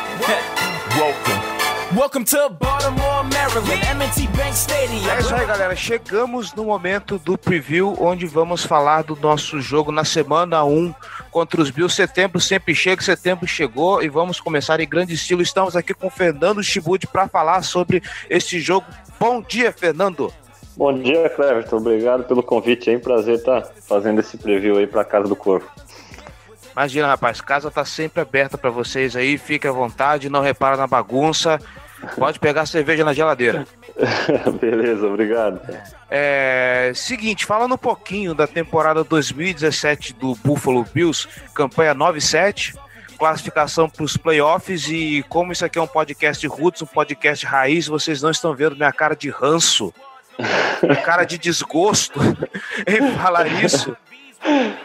welcome to Baltimore, Maryland, M&T Bank Stadium.
É isso aí, galera. Chegamos no momento do preview, onde vamos falar do nosso jogo na semana 1 contra os Bills. Setembro sempre chega, setembro chegou e vamos começar em grande estilo. Estamos aqui com o Fernando Chibud para falar sobre este jogo. Bom dia, Fernando.
Bom dia, Cleverton. Obrigado pelo convite aí. Prazer estar fazendo esse preview aí para Casa do Corvo.
Imagina, rapaz, casa tá sempre aberta para vocês aí. Fique à vontade, não repara na bagunça. Pode pegar cerveja na geladeira.
Beleza, obrigado.
Seguinte, falando um pouquinho da temporada 2017 do Buffalo Bills, campanha 9-7, classificação para os playoffs, e como isso aqui é um podcast roots, um podcast raiz, vocês não estão vendo minha cara de ranço, minha cara de desgosto em falar isso.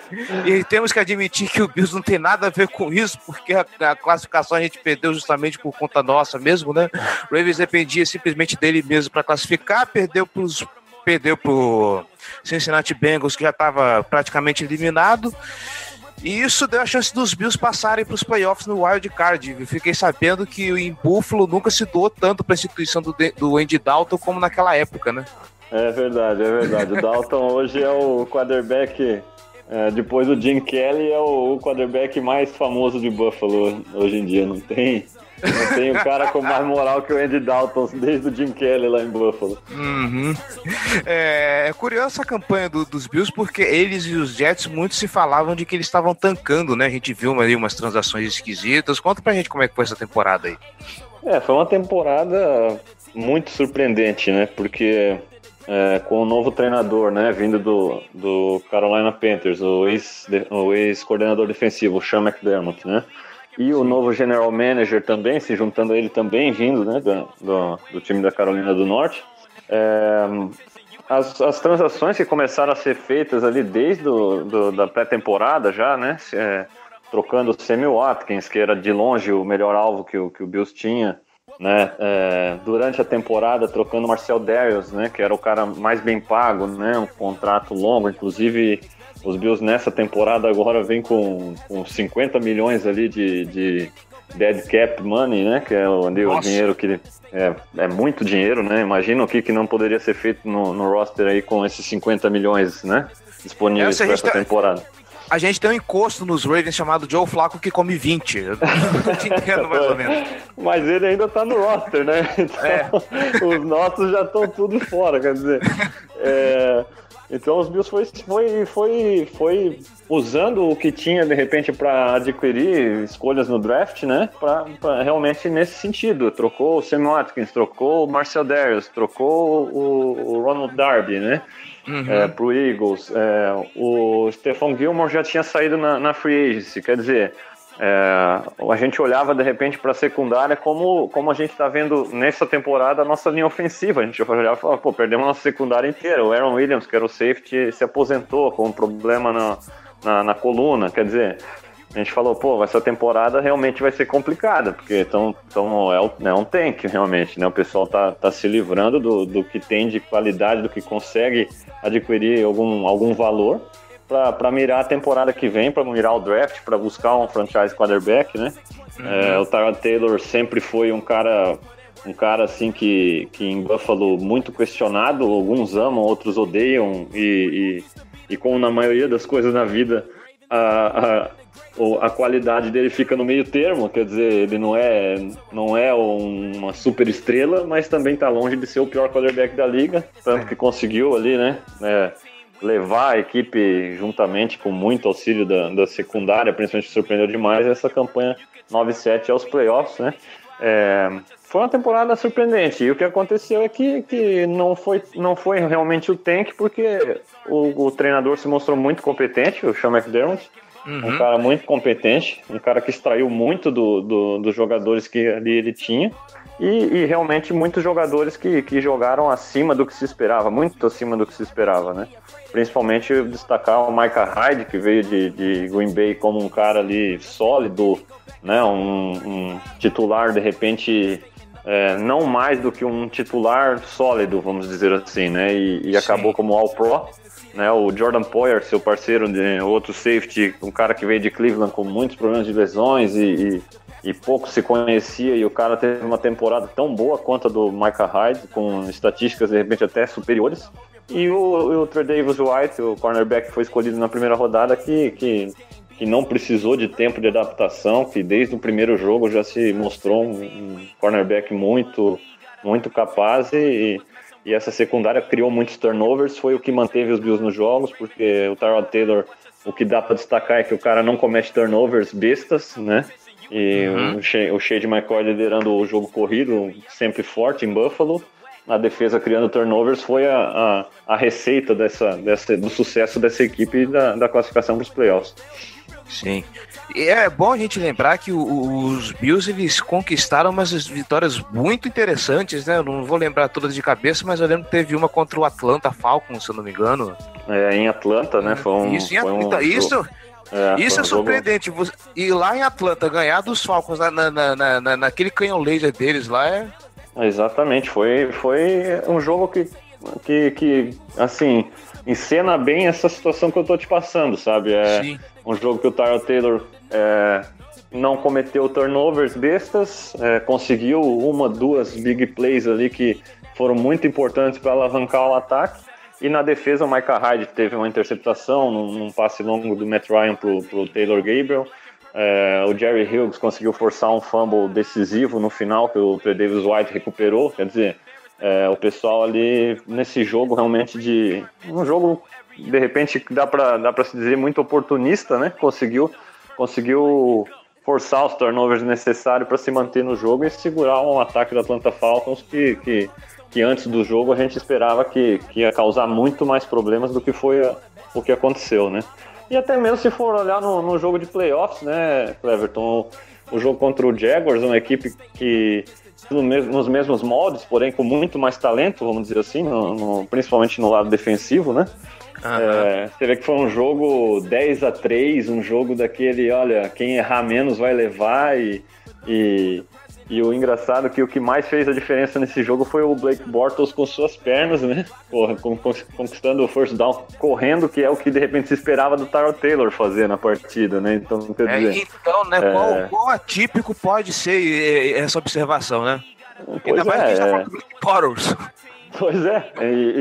E temos que admitir que o Bills não tem nada a ver com isso, porque a classificação a gente perdeu justamente por conta nossa mesmo, né? O Ravens dependia simplesmente dele mesmo para classificar, perdeu pro Cincinnati Bengals, que já estava praticamente eliminado. E isso deu a chance dos Bills passarem para os playoffs no Wild Card. Eu fiquei sabendo que em Buffalo nunca se doou tanto para a instituição do Andy Dalton como naquela época, né?
É verdade. O Dalton hoje é o quarterback, depois do Jim Kelly, é o quarterback mais famoso de Buffalo hoje em dia. Não tem um cara com mais moral que o Andy Dalton desde o Jim Kelly lá em Buffalo.
Uhum. É curiosa a campanha dos Bills, porque eles e os Jets muito se falavam de que eles estavam tancando, né? A gente viu ali umas transações esquisitas. Conta pra gente como é que foi essa temporada aí.
Foi uma temporada muito surpreendente, né? Porque com o novo treinador, né? Vindo do Carolina Panthers, o ex-coordenador defensivo, o Sean McDermott, né? E o novo general manager também, se juntando a ele também, vindo, né, do time da Carolina do Norte. As transações que começaram a ser feitas ali desde da pré-temporada já, né, trocando o Sammy Watkins, que era de longe o melhor alvo que o Bills tinha, né, durante a temporada, trocando o Marcel Darius, né, que era o cara mais bem pago, né, um contrato longo, inclusive. Os Bills nessa temporada agora vem com 50 milhões ali de dead cap money, né? Que é o dinheiro que é muito dinheiro, né? Imagina o que não poderia ser feito no roster aí com esses 50 milhões, né? Disponíveis para essa temporada.
A gente tem um encosto nos Ravens chamado Joe Flacco que come 20. Eu não te entendo mais ou menos.
Mas ele ainda tá no roster, né? Então, os nossos já estão tudo fora, quer dizer... Então os Bills foi usando o que tinha de repente para adquirir escolhas no draft, né? Para realmente nesse sentido. Trocou o Sam Watkins, trocou o Marcel Darius, trocou o Ronald Darby, né? Pro Eagles. O Stephon Gilmore já tinha saído na free agency, quer dizer... a gente olhava de repente para a secundária como a gente está vendo nessa temporada a nossa linha ofensiva. A gente olhava e falava, perdemos a nossa secundária inteira. O Aaron Williams, que era o safety, se aposentou com um problema na coluna. Quer dizer, a gente falou, essa temporada realmente vai ser complicada, porque é um tank realmente, né? O pessoal tá se livrando do que tem de qualidade, do que consegue adquirir algum valor. Para mirar a temporada que vem, para mirar o draft, para buscar um franchise quarterback, né? O Tyrod Taylor sempre foi um cara assim que em Buffalo muito questionado, alguns amam, outros odeiam, e como na maioria das coisas na vida, a qualidade dele fica no meio termo, quer dizer, ele não é uma super estrela, mas também está longe de ser o pior quarterback da liga, tanto que conseguiu ali, né? Levar a equipe juntamente com muito auxílio da secundária, principalmente surpreendeu demais essa campanha 9-7 aos playoffs, né? Foi uma temporada surpreendente, e o que aconteceu é que não foi realmente o tank, porque o treinador se mostrou muito competente, o Sean McDermott, um cara muito competente, um cara que extraiu muito dos jogadores que ali ele tinha, e realmente muitos jogadores que jogaram acima do que se esperava, muito acima do que se esperava, né? Principalmente destacar o Micah Hyde, que veio de Green Bay como um cara ali sólido, né? Um titular, de repente, não mais do que um titular sólido, vamos dizer assim, né? E acabou como All-Pro, né? O Jordan Poyer, seu parceiro, outro safety, um cara que veio de Cleveland com muitos problemas de lesões e pouco se conhecia, e o cara teve uma temporada tão boa quanto a do Micah Hyde, com estatísticas de repente até superiores. E o Tre'Davious White, o cornerback que foi escolhido na primeira rodada, que não precisou de tempo de adaptação, que desde o primeiro jogo já se mostrou um cornerback muito, muito capaz, e essa secundária criou muitos turnovers, foi o que manteve os Bills nos jogos, porque o Tyrod Taylor, o que dá para destacar é que o cara não comete turnovers bestas, né? E o Shade McCoy liderando o jogo corrido, sempre forte em Buffalo. A defesa criando turnovers foi a receita do sucesso dessa equipe da classificação para os playoffs.
Sim. E é bom a gente lembrar que os Bills, eles conquistaram umas vitórias muito interessantes, né? Eu não vou lembrar todas de cabeça, mas eu lembro que teve uma contra o Atlanta Falcons, se eu não me engano.
em Atlanta, né?
Isso é surpreendente. E lá em Atlanta, ganhar dos Falcons naquele canhão laser deles lá é...
Exatamente, foi um jogo que assim, encena bem essa situação que eu tô te passando, sabe?
Sim.
Um jogo que o Tyrod Taylor não cometeu turnovers bestas, conseguiu 2 big plays ali que foram muito importantes para alavancar o ataque. E na defesa, o Micah Hyde teve uma interceptação num passe longo do Matt Ryan pro Taylor Gabriel. O Jerry Hughes conseguiu forçar um fumble decisivo no final, que o Trey Davis White recuperou. Quer dizer, o pessoal ali nesse jogo realmente um jogo, de repente, dá pra se dizer muito oportunista, né? Conseguiu forçar os turnovers necessários para se manter no jogo e segurar um ataque do Atlanta Falcons que antes do jogo a gente esperava que ia causar muito mais problemas do que foi o que aconteceu, né? E até mesmo se for olhar no jogo de playoffs, né, Cleverton, o jogo contra o Jaguars, uma equipe que nos mesmos moldes, porém com muito mais talento, vamos dizer assim, principalmente no lado defensivo, né? Você vê que foi um jogo 10-3, um jogo daquele, olha, quem errar menos vai levar e o engraçado é que o que mais fez a diferença nesse jogo foi o Blake Bortles com suas pernas, né? Conquistando o first down, correndo, que é o que de repente se esperava do Tyrod Taylor fazer na partida, né? Então, quer dizer...
Então, né? Qual atípico pode ser essa observação, né? Ainda mais que a gente tá falando do Blake Bortles.
Pois é,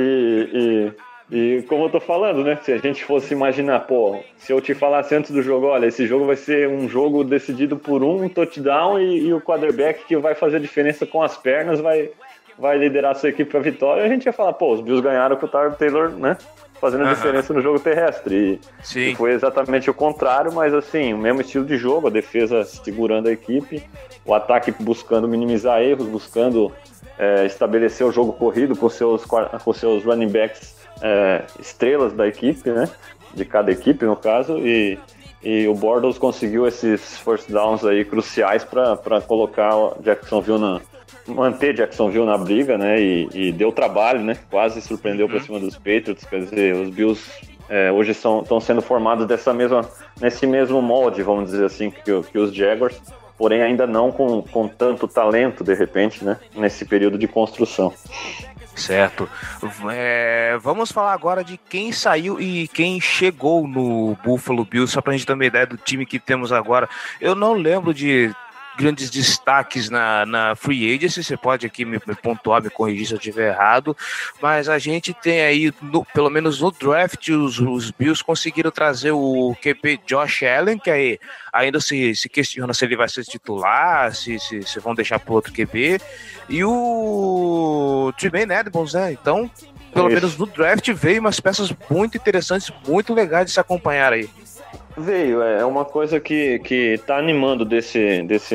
e como eu tô falando, né? Se a gente fosse imaginar, se eu te falasse antes do jogo, olha, esse jogo vai ser um jogo decidido por um touchdown e o quarterback que vai fazer a diferença com as pernas vai liderar a sua equipe pra vitória, a gente ia falar, os Bills ganharam com o Tyrod Taylor, né? Fazendo a diferença no jogo terrestre. E foi exatamente o contrário, mas assim, o mesmo estilo de jogo, a defesa segurando a equipe, o ataque buscando minimizar erros, buscando estabelecer o jogo corrido com seus running backs estrelas da equipe, né? De cada equipe, no caso, e o Bortles conseguiu esses first downs aí cruciais para colocar manter Jacksonville na briga, né? E deu trabalho, né? Quase surpreendeu para cima dos Patriots. Quer dizer, os Bills hoje estão sendo formados nesse mesmo molde, vamos dizer assim, que os Jaguars, porém ainda não com tanto talento, de repente, né? Nesse período de construção.
Certo. Vamos falar agora de quem saiu e quem chegou no Buffalo Bills, só pra gente ter uma ideia do time que temos agora. Eu não lembro de grandes destaques na Free Agency, você pode aqui me pontuar, me corrigir se eu estiver errado, mas a gente tem aí, pelo menos no draft, os Bills conseguiram trazer o QB Josh Allen, que aí ainda se questiona se ele vai ser titular, se vão deixar para outro QB, e o Tremaine Edmonds, né? Então, pelo menos no draft veio umas peças muito interessantes, muito legais de se acompanhar aí.
Veio, é uma coisa que tá animando dessa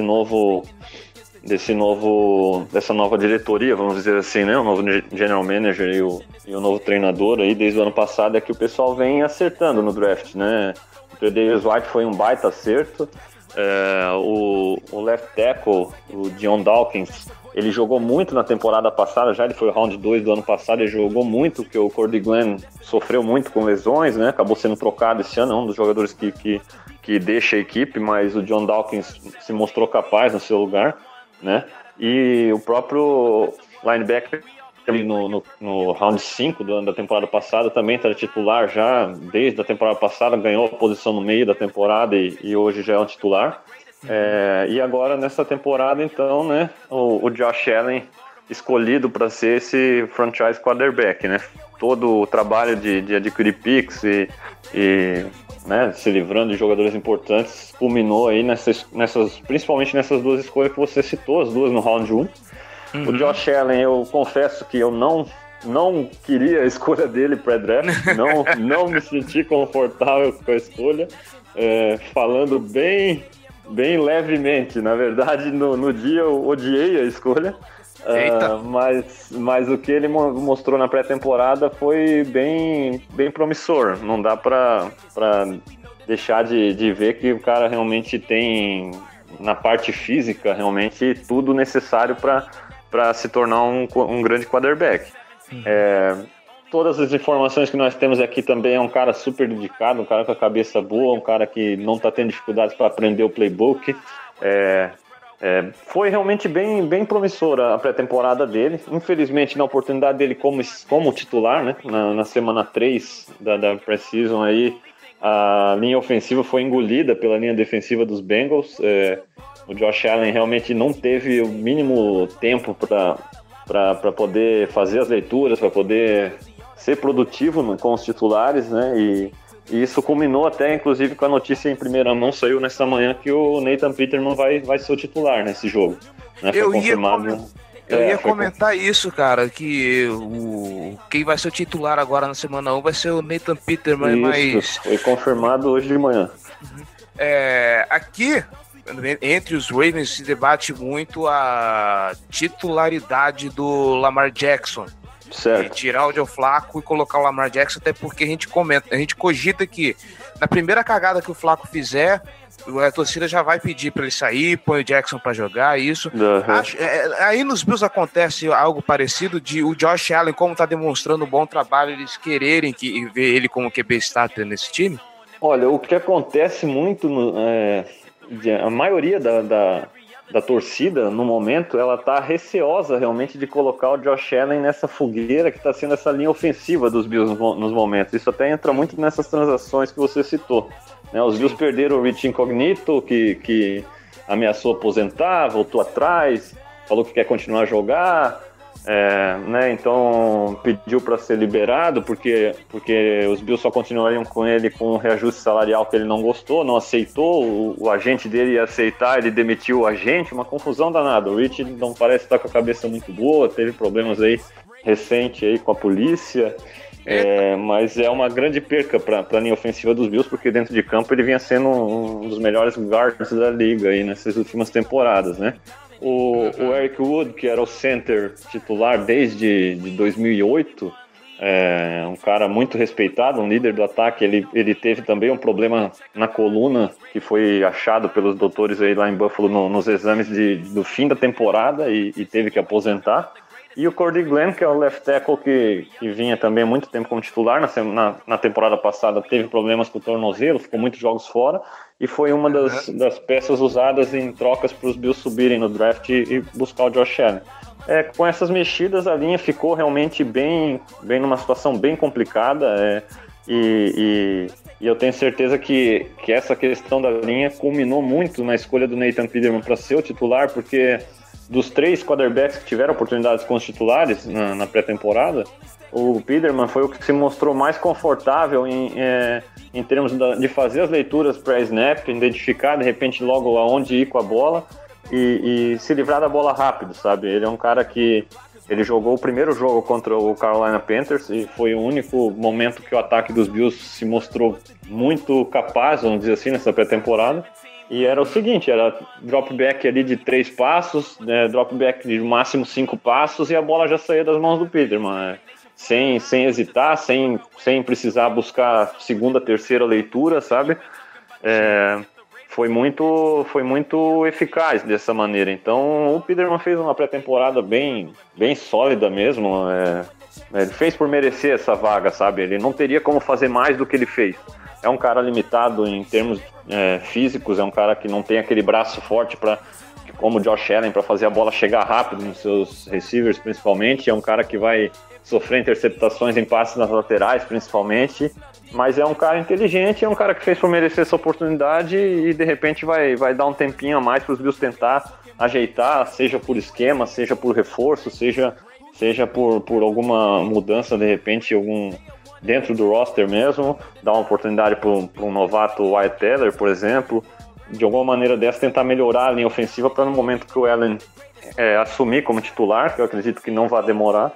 nova diretoria, vamos dizer assim, né? O novo general manager e o novo treinador aí desde o ano passado, é que o pessoal vem acertando no draft, né? O Trey Davis White foi um baita acerto, o left tackle, o Dion Dawkins, ele jogou muito na temporada passada, ele foi o round 2 do ano passado, ele jogou muito, porque o Cordy Glenn sofreu muito com lesões, né? Acabou sendo trocado esse ano, é um dos jogadores que deixa a equipe, mas o Dion Dawkins se mostrou capaz no seu lugar, né? E o próprio linebacker no round 5 da temporada passada também está titular já, desde a temporada passada, ganhou a posição no meio da temporada e hoje já é um titular. E agora nessa temporada, então, né, o Josh Allen escolhido para ser esse franchise quarterback, né? Todo o trabalho de adquirir picks e né, se livrando de jogadores importantes culminou aí principalmente nessas duas escolhas que você citou, as duas no round 1. O Josh Allen, eu confesso que eu não queria a escolha dele pré-draft, não me senti confortável com a escolha, falando bem levemente. Na verdade, no dia eu odiei a escolha, mas o que ele mostrou na pré-temporada foi bem promissor. Não dá pra deixar de ver que o cara realmente tem, na parte física, realmente tudo necessário para se tornar um grande quarterback. todas as informações que nós temos aqui também é um cara super dedicado, um cara com a cabeça boa, um cara que não está tendo dificuldades para aprender o playbook. Foi realmente bem promissora a pré-temporada dele. Infelizmente, na oportunidade dele como titular, né, na semana 3 da pré-season, aí, a linha ofensiva foi engolida pela linha defensiva dos Bengals. O Josh Allen realmente não teve o mínimo tempo para poder fazer as leituras, para poder ser produtivo com os titulares, né? E isso culminou até, inclusive, com a notícia em primeira mão, saiu nessa manhã, que o Nathan Peterman vai ser o titular nesse jogo. Né?
Eu ia comentar isso, cara, que quem vai ser o titular agora na semana 1 vai ser o Nathan Peterman, mas...
Foi confirmado hoje de manhã.
Aqui, entre os Ravens, se debate muito a titularidade do Lamar Jackson.
Certo.
Tirar o Joe Flacco e colocar o Lamar Jackson, até porque a gente cogita que na primeira cagada que o Flacco fizer, a torcida já vai pedir para ele sair, põe o Jackson para jogar, isso. Aí nos Bills acontece algo parecido, de o Josh Allen, como tá demonstrando um bom trabalho, eles quererem ver ele como QB starter nesse time?
Olha, o que acontece muito, a maioria da torcida, no momento, ela tá receosa realmente de colocar o Josh Allen nessa fogueira que está sendo essa linha ofensiva dos Bills nos momentos. Isso até entra muito nessas transações que você citou. Né? Os Bills perderam o Rich Incognito, que ameaçou aposentar, voltou atrás, falou que quer continuar a jogar, né? Então pediu para ser liberado, porque os Bills só continuariam com ele com um reajuste salarial que ele não gostou, não aceitou, o agente dele ia aceitar, ele demitiu o agente, uma confusão danada. O Rich não parece estar com a cabeça muito boa, teve problemas aí recente aí com a polícia, mas é uma grande perca para a linha ofensiva dos Bills, porque dentro de campo ele vinha sendo um dos melhores guards da liga aí nessas últimas temporadas, né? O Eric Wood, que era o center titular desde 2008, um cara muito respeitado, um líder do ataque. Ele teve também um problema na coluna, que foi achado pelos doutores aí lá em Buffalo nos exames do fim da temporada, e teve que aposentar. E o Cordy Glenn, que é o left tackle que vinha também há muito tempo como titular, na temporada passada teve problemas com o tornozelo, ficou muitos jogos fora, e foi uma das peças usadas em trocas para os Bills subirem no draft e buscar o Josh Allen. Com essas mexidas, a linha ficou realmente bem numa situação bem complicada, e eu tenho certeza que essa questão da linha culminou muito na escolha do Nathan Peterman para ser o titular, porque dos 3 quarterbacks que tiveram oportunidades com os titulares na pré-temporada, o Peterman foi o que se mostrou mais confortável em termos de fazer as leituras pré-snap, identificar de repente logo aonde ir com a bola e se livrar da bola rápido, sabe? Ele é um cara que ele jogou o primeiro jogo contra o Carolina Panthers e foi o único momento que o ataque dos Bills se mostrou muito capaz, vamos dizer assim, nessa pré-temporada. E era o seguinte, era drop back ali de 3 passos, né, drop back de máximo 5 passos, e a bola já saía das mãos do Peterman, sem hesitar, sem precisar buscar segunda, terceira leitura, sabe? Foi muito eficaz dessa maneira. Então o Peterman fez uma pré-temporada bem sólida mesmo. Ele fez por merecer essa vaga, sabe? Ele não teria como fazer mais do que ele fez. É um cara limitado em termos físicos, é um cara que não tem aquele braço forte como o Josh Allen para fazer a bola chegar rápido nos seus receivers, principalmente. É um cara que vai sofrer interceptações em passes nas laterais, principalmente. Mas é um cara inteligente, é um cara que fez por merecer essa oportunidade e de repente vai dar um tempinho a mais para os Bills tentar ajeitar, seja por esquema, seja por reforço, seja por alguma mudança, de repente, dentro do roster mesmo, dar uma oportunidade para um novato Wyatt Teller, por exemplo, de alguma maneira dessa tentar melhorar a linha ofensiva para no momento que o Allen assumir como titular, que eu acredito que não vai demorar,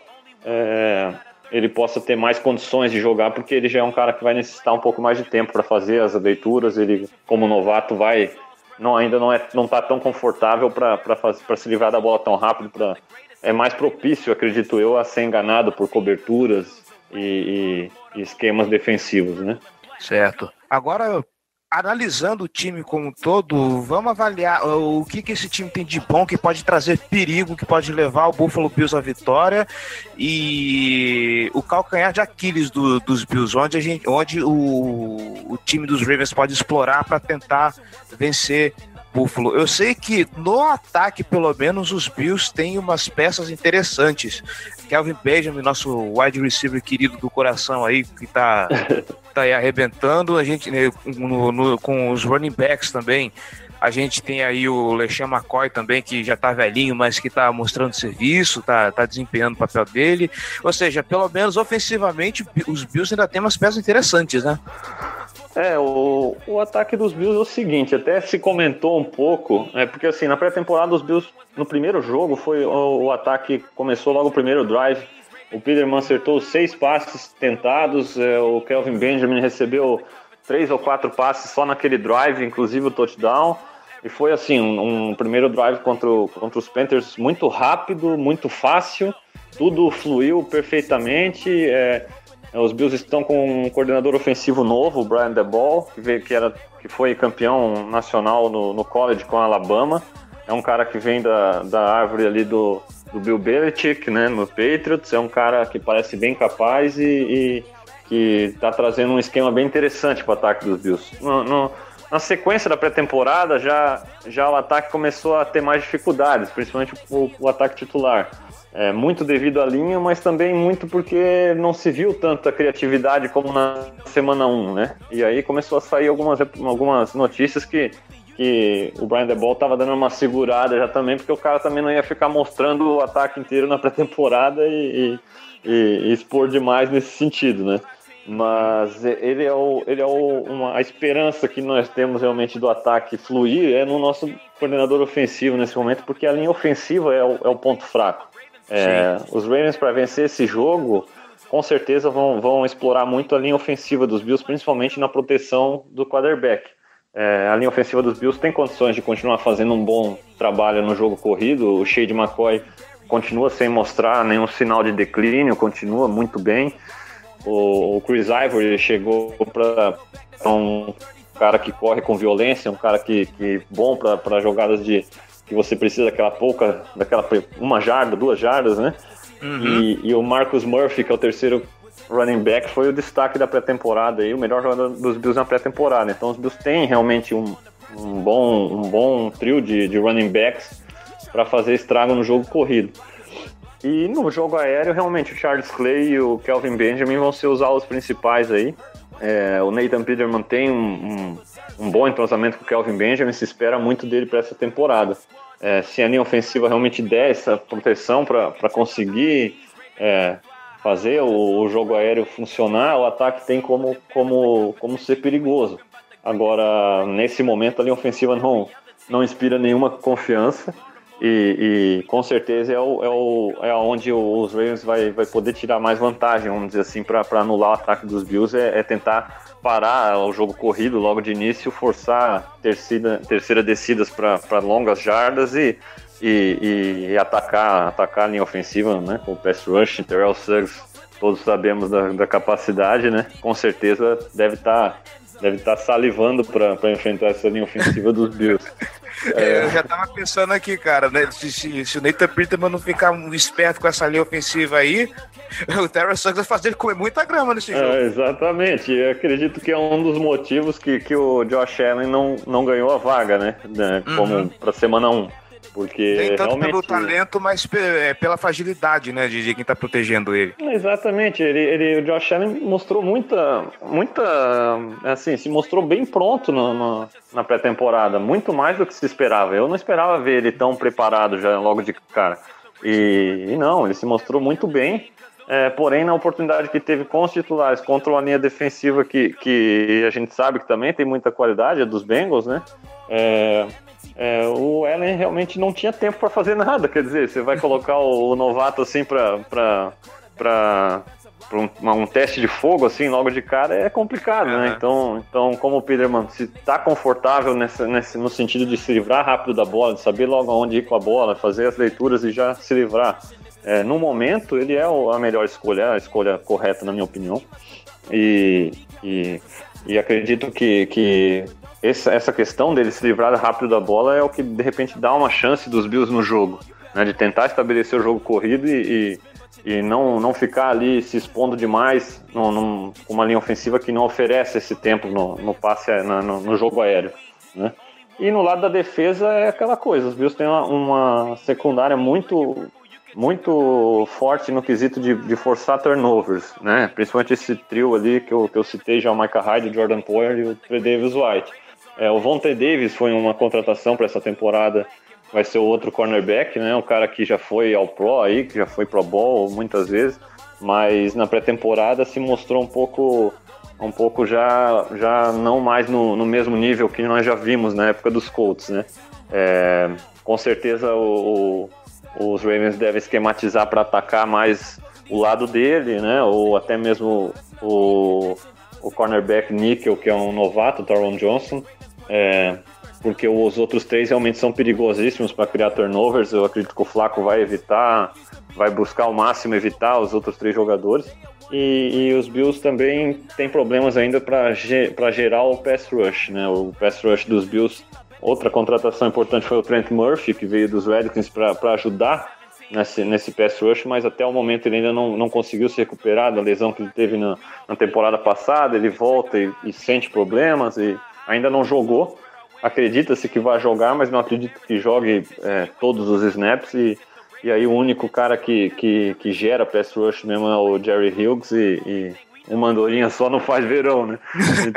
ele possa ter mais condições de jogar, porque ele já é um cara que vai necessitar um pouco mais de tempo para fazer as leituras. Ele, como novato, ainda não está tão confortável para se livrar da bola tão rápido. É mais propício, acredito eu, a ser enganado por coberturas e esquemas defensivos, né?
Certo. Agora, analisando o time como um todo, vamos avaliar o que esse time tem de bom, que pode trazer perigo, que pode levar o Buffalo Bills à vitória, e o calcanhar de Aquiles dos Bills, onde o time dos Ravens pode explorar para tentar vencer Buffalo. Eu sei que no ataque, pelo menos, os Bills têm umas peças interessantes. Kelvin Benjamin, nosso wide receiver querido do coração aí, que tá aí arrebentando. A gente, com os running backs também, a gente tem aí o LeSean McCoy também, que já tá velhinho, mas que tá mostrando serviço, tá desempenhando o papel dele. Ou seja, pelo menos ofensivamente, os Bills ainda tem umas peças interessantes, né?
O ataque dos Bills é o seguinte, até se comentou um pouco, porque assim, na pré-temporada os Bills, no primeiro jogo, foi o ataque começou logo o primeiro drive, o Peterman acertou 6 passes tentados, o Kelvin Benjamin recebeu 3 ou 4 passes só naquele drive, inclusive o touchdown, e foi assim, um primeiro drive contra os Panthers muito rápido, muito fácil, tudo fluiu perfeitamente, os Bills estão com um coordenador ofensivo novo, o Brian Daboll, que foi campeão nacional no college com a Alabama. É um cara que vem da árvore ali do Bill Belichick, né, no Patriots. É um cara que parece bem capaz e que está trazendo um esquema bem interessante para o ataque dos Bills. Na sequência da pré-temporada, já o ataque começou a ter mais dificuldades, principalmente o ataque titular. Muito devido à linha, mas também muito porque não se viu tanta criatividade como na semana 1, né? E aí começou a sair algumas notícias que o Brian Daboll estava dando uma segurada já também, porque o cara também não ia ficar mostrando o ataque inteiro na pré-temporada e expor demais nesse sentido, né? Mas ele é a esperança que nós temos realmente do ataque fluir no nosso coordenador ofensivo nesse momento, porque a linha ofensiva é o ponto fraco. Os Ravens, para vencer esse jogo, com certeza vão explorar muito a linha ofensiva dos Bills, principalmente na proteção do quarterback. A linha ofensiva dos Bills tem condições de continuar fazendo um bom trabalho no jogo corrido. O Shade McCoy continua sem mostrar nenhum sinal de declínio, continua muito bem. O Chris Ivory chegou para um cara que corre com violência, um cara que bom para jogadas que você precisa daquela 1 jarda, 2 jardas, né? Uhum. E o Marcus Murphy, que é o terceiro running back, foi o destaque da pré-temporada aí, o melhor jogador dos Bills na pré-temporada. Então os Bills têm realmente um bom trio de running backs para fazer estrago no jogo corrido. E no jogo aéreo, realmente, o Charles Clay e o Kelvin Benjamin vão ser os alvos principais aí. O Nathan Peterman tem um bom entrosamento com o Kelvin Benjamin, se espera muito dele para essa temporada. Se a linha ofensiva realmente der essa proteção para conseguir fazer o jogo aéreo funcionar, o ataque tem como ser perigoso. Agora, nesse momento, a linha ofensiva não inspira nenhuma confiança e com certeza é onde os Ravens vai poder tirar mais vantagem, vamos dizer assim, para anular o ataque dos Bills, tentar parar o jogo corrido logo de início, forçar terceira descidas para longas jardas e atacar a linha ofensiva, né, com o pass rush. Terrell Suggs, todos sabemos da capacidade, né, com certeza deve estar salivando para enfrentar essa linha ofensiva dos Bills.
Eu já tava pensando aqui, cara, né, se o Nathan Peterman não ficar esperto com essa linha ofensiva aí, o Terrell Suggs vai fazer ele comer muita grama nesse jogo.
Exatamente, eu acredito que é um dos motivos que o Josh Allen não ganhou a vaga, né, como para semana 1. Porque
nem tanto
realmente
pelo talento, mas pela fragilidade, né, de quem tá protegendo ele.
Exatamente, o Josh Allen mostrou muita, assim, se mostrou bem pronto na pré-temporada, muito mais do que se esperava. Eu não esperava ver ele tão preparado já logo de cara. E não, ele se mostrou muito bem, porém na oportunidade que teve com os titulares contra uma linha defensiva que a gente sabe que também tem muita qualidade, é dos Bengals, né? O Allen realmente não tinha tempo para fazer nada, quer dizer, você vai colocar o novato assim para um teste de fogo assim logo de cara, é complicado, né? Então como o Peterman se está confortável no sentido de se livrar rápido da bola, de saber logo aonde ir com a bola, fazer as leituras e já se livrar, no momento ele é a melhor escolha, a escolha correta na minha opinião, e acredito que essa questão dele se livrar rápido da bola é o que de repente dá uma chance dos Bills no jogo, né, de tentar estabelecer o jogo corrido e não ficar ali se expondo demais com uma linha ofensiva que não oferece esse tempo no passe, no jogo aéreo, né? E no lado da defesa é aquela coisa, os Bills têm uma secundária muito forte no quesito de forçar turnovers, né? Principalmente esse trio ali que eu citei já, o Micah Hyde, o Jordan Poyer e o Trey Davis White. O Vontae Davis foi uma contratação para essa temporada, vai ser o outro cornerback, né? Um cara que já foi ao Pro aí, que já foi Pro Bowl muitas vezes, mas na pré-temporada se mostrou um pouco já não mais no mesmo nível que nós já vimos na época dos Colts, né? Com certeza os Ravens devem esquematizar para atacar mais o lado dele, né? Ou até mesmo o cornerback nickel, que é um novato, o Taron Johnson, porque os outros três realmente são perigosíssimos para criar turnovers. Eu acredito que o Flacco vai buscar ao máximo evitar os outros três jogadores. E os Bills também têm problemas ainda para gerar o pass rush, né? O pass rush dos Bills. Outra contratação importante foi o Trent Murphy, que veio dos Redskins para ajudar nesse pass rush, mas até o momento ele ainda não conseguiu se recuperar da lesão que ele teve na temporada passada. Ele volta e sente problemas e ainda não jogou. Acredita-se que vai jogar, mas não acredito que jogue todos os snaps. E aí o único cara que gera pass rush mesmo é o Jerry Hughes e uma andorinha só não faz verão, né?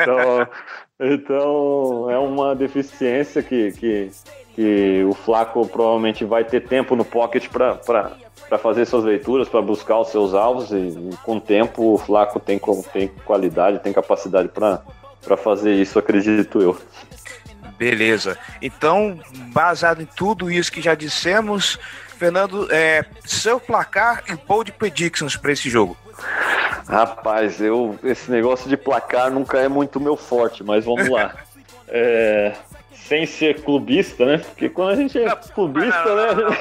Então é uma deficiência que o Flacco provavelmente vai ter tempo no pocket para fazer suas leituras, para buscar os seus alvos, e com o tempo o Flacco tem qualidade, tem capacidade para fazer isso, acredito eu.
Beleza. Então, baseado em tudo isso que já dissemos, Fernando, seu placar e bold predictions para esse jogo.
Rapaz, esse negócio de placar nunca é muito meu forte, mas vamos lá. Sem ser clubista, né? Porque quando a gente é clubista, né?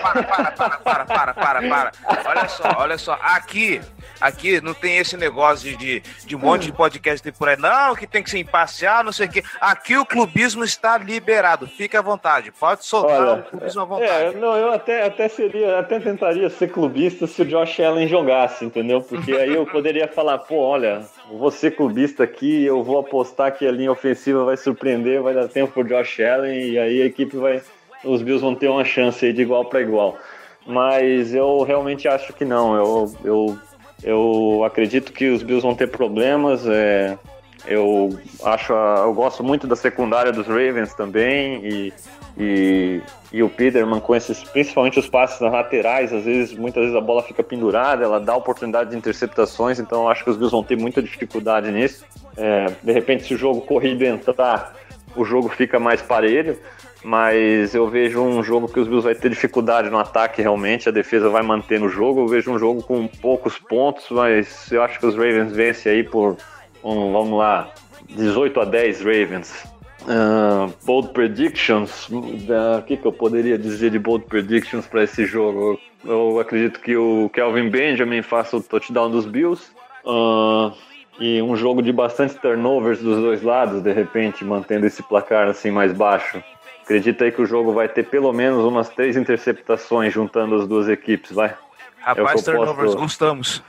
Para. Olha só. Aqui não tem esse negócio de um monte de podcast temporário. Não, que tem que ser imparcial, não sei o quê. Aqui o clubismo está liberado. Fique à vontade. Pode soltar o clubismo à vontade.
Eu até tentaria ser clubista se o Josh Allen jogasse, entendeu? Porque aí eu poderia falar, olha, vou ser clubista aqui, eu vou apostar que a linha ofensiva vai surpreender, vai dar tempo pro Josh Allen, e aí os Bills vão ter uma chance aí de igual para igual. Mas eu realmente acho que não. Eu acredito que os Bills vão ter problemas. Eu gosto muito da secundária dos Ravens também, e o Peterman com principalmente os passes nas laterais, muitas vezes a bola fica pendurada, ela dá oportunidade de interceptações, então eu acho que os Bills vão ter muita dificuldade nisso. De repente, se o jogo corrido entrar, o jogo fica mais parelho, mas eu vejo um jogo que os Bills vai ter dificuldade no ataque realmente, a defesa vai manter no jogo. Eu vejo um jogo com poucos pontos, mas eu acho que os Ravens vencem aí por, vamos lá, 18-10 Ravens. Bold predictions, o que eu poderia dizer de bold predictions para esse jogo? Eu acredito que o Kelvin Benjamin faça o touchdown dos Bills, e um jogo de bastante turnovers dos dois lados, de repente mantendo esse placar assim mais baixo. Acredita aí que o jogo vai ter pelo menos umas 3 interceptações juntando as duas equipes, vai?
Rapaz, turnovers, gostamos.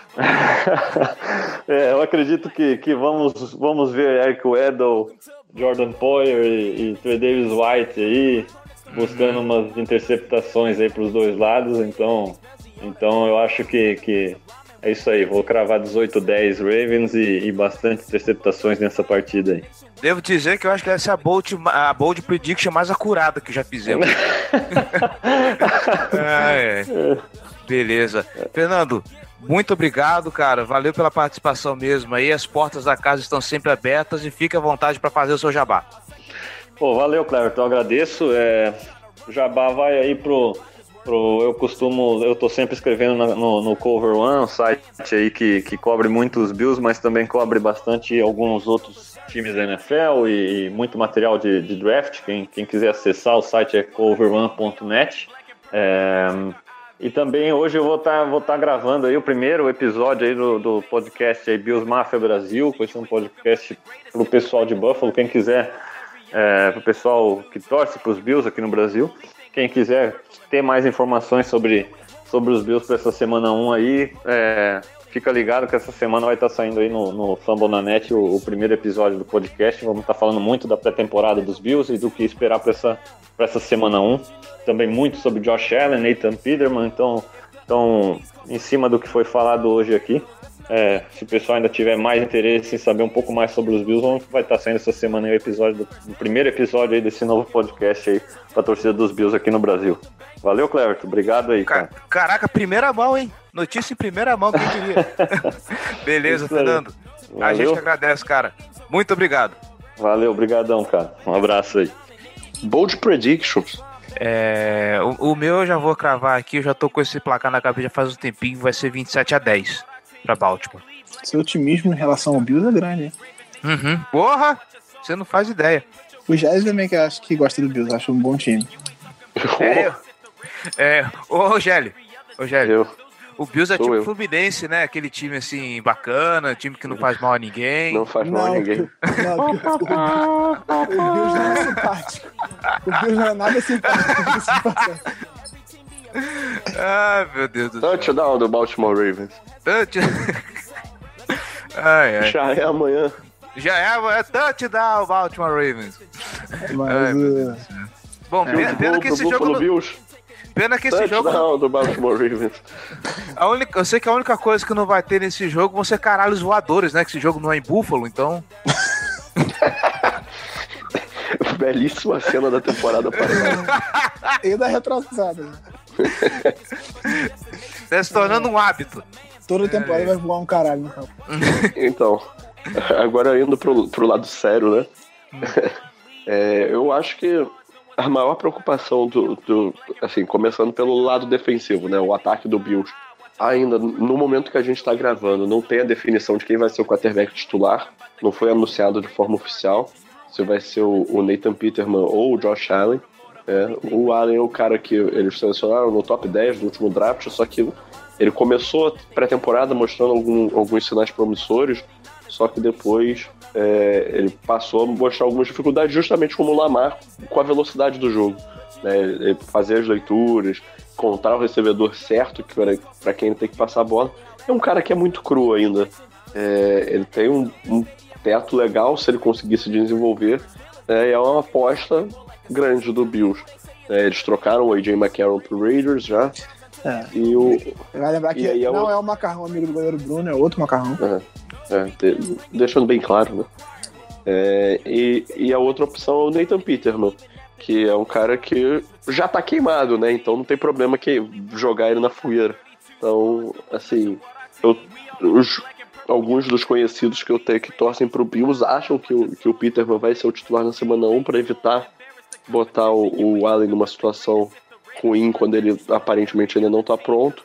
Eu acredito que vamos ver Eric Weddle, Jordan Poyer e Trey Davis White aí, buscando umas interceptações aí para os dois lados. Então eu acho que é isso aí. Vou cravar 18-10 Ravens e bastante interceptações nessa partida aí.
Devo dizer que eu acho que essa é a bold prediction mais acurada que já fizemos. Beleza. Fernando, muito obrigado, cara. Valeu pela participação mesmo aí. As portas da casa estão sempre abertas e fique à vontade para fazer o seu jabá.
Valeu, Cleverton. Eu agradeço. O jabá vai aí eu tô sempre escrevendo no Cover One, um site aí que cobre muito os Bills, mas também cobre bastante alguns outros times da NFL e muito material de draft. Quem quiser acessar, o site é coverone.net. E também hoje eu vou tá gravando aí o primeiro episódio aí do podcast aí Bills Mafia Brasil, que vai ser um podcast pro pessoal de Buffalo. Quem quiser Pro pessoal que torce para os Bills aqui no Brasil. Quem quiser ter mais informações sobre os Bills para essa semana 1 aí, fica ligado que essa semana vai estar saindo aí no Fumble na Net o primeiro episódio do podcast. Vamos estar falando muito da pré-temporada dos Bills e do que esperar para essa semana 1. Também muito sobre Josh Allen, Nathan Peterman, então em cima do que foi falado hoje aqui. Se o pessoal ainda tiver mais interesse em saber um pouco mais sobre os Bills, vai estar saindo essa semana aí o primeiro episódio aí desse novo podcast aí pra torcida dos Bills aqui no Brasil. Valeu, Cleverton. Obrigado aí, cara.
Caraca, primeira mão, hein? Notícia em primeira mão, quem diria? Beleza, Fernando.
Valeu.
A gente agradece, cara. Muito obrigado.
Valeu, obrigadão, cara. Um abraço aí.
Bold Predictions.
O meu eu já vou cravar aqui, eu já tô com esse placar na cabeça já faz um tempinho, vai ser 27-10 pra Baltimore.
Seu otimismo em relação ao Bills é grande, hein?
Porra! Você não faz ideia.
O Jazz também que acho que gosta do Bills, acho um bom time.
Ô Rogério.
Eu.
O Bills é tipo
eu.
Fluminense, né? Aquele time assim, bacana, time que não faz mal a ninguém.
Não faz mal a ninguém.
O Bills não é simpático. O Bills não é nada simpático.
Ai, meu Deus do céu.
Touchdown do Baltimore Ravens.
Ai.
Já é amanhã.
Já é amanhã, touchdown Baltimore Ravens.
Mas
Bom, pena que esse jogo Pena que esse jogo...
Touchdown do Baltimore Ravens.
Eu sei que a única coisa que não vai ter nesse jogo vão ser caralhos voadores, né? Que esse jogo não é em Buffalo, então...
Belíssima cena da temporada passada.
e da retrasada.
Tá se tornando um hábito.
Toda temporada vai voar um caralho no campo.
Então, agora indo pro lado sério, né? Eu acho que a maior preocupação assim, começando pelo lado defensivo, né? O ataque do Bills. Ainda, no momento que a gente tá gravando, não tem a definição de quem vai ser o quarterback titular. Não foi anunciado de forma oficial se vai ser o Nathan Peterman ou o Josh Allen. O Allen é o cara que eles selecionaram no top 10 do último draft, só que ele começou a pré-temporada mostrando alguns sinais promissores, só que depois ele passou a mostrar algumas dificuldades, justamente como o Lamar, com a velocidade do jogo, né? Ele fazer as leituras, encontrar o recebedor certo para quem ele tem que passar a bola. É um cara que é muito cru ainda. Ele tem um teto legal se ele conseguir se desenvolver, e é uma aposta grande do Bills. Eles trocaram o A.J. McCarron pro Raiders já.
Vai lembrar que não é o Macarrão amigo do goleiro Bruno, é outro Macarrão.
Deixando bem claro, né? E a outra opção é o Nathan Peterman, que é um cara que já tá queimado, né? Então não tem problema que jogar ele na fogueira. Então, assim, alguns dos conhecidos que eu tenho que torcem pro Bills acham que o Peterman vai ser o titular na semana 1 para evitar botar o Allen numa situação ruim quando ele aparentemente ainda não tá pronto.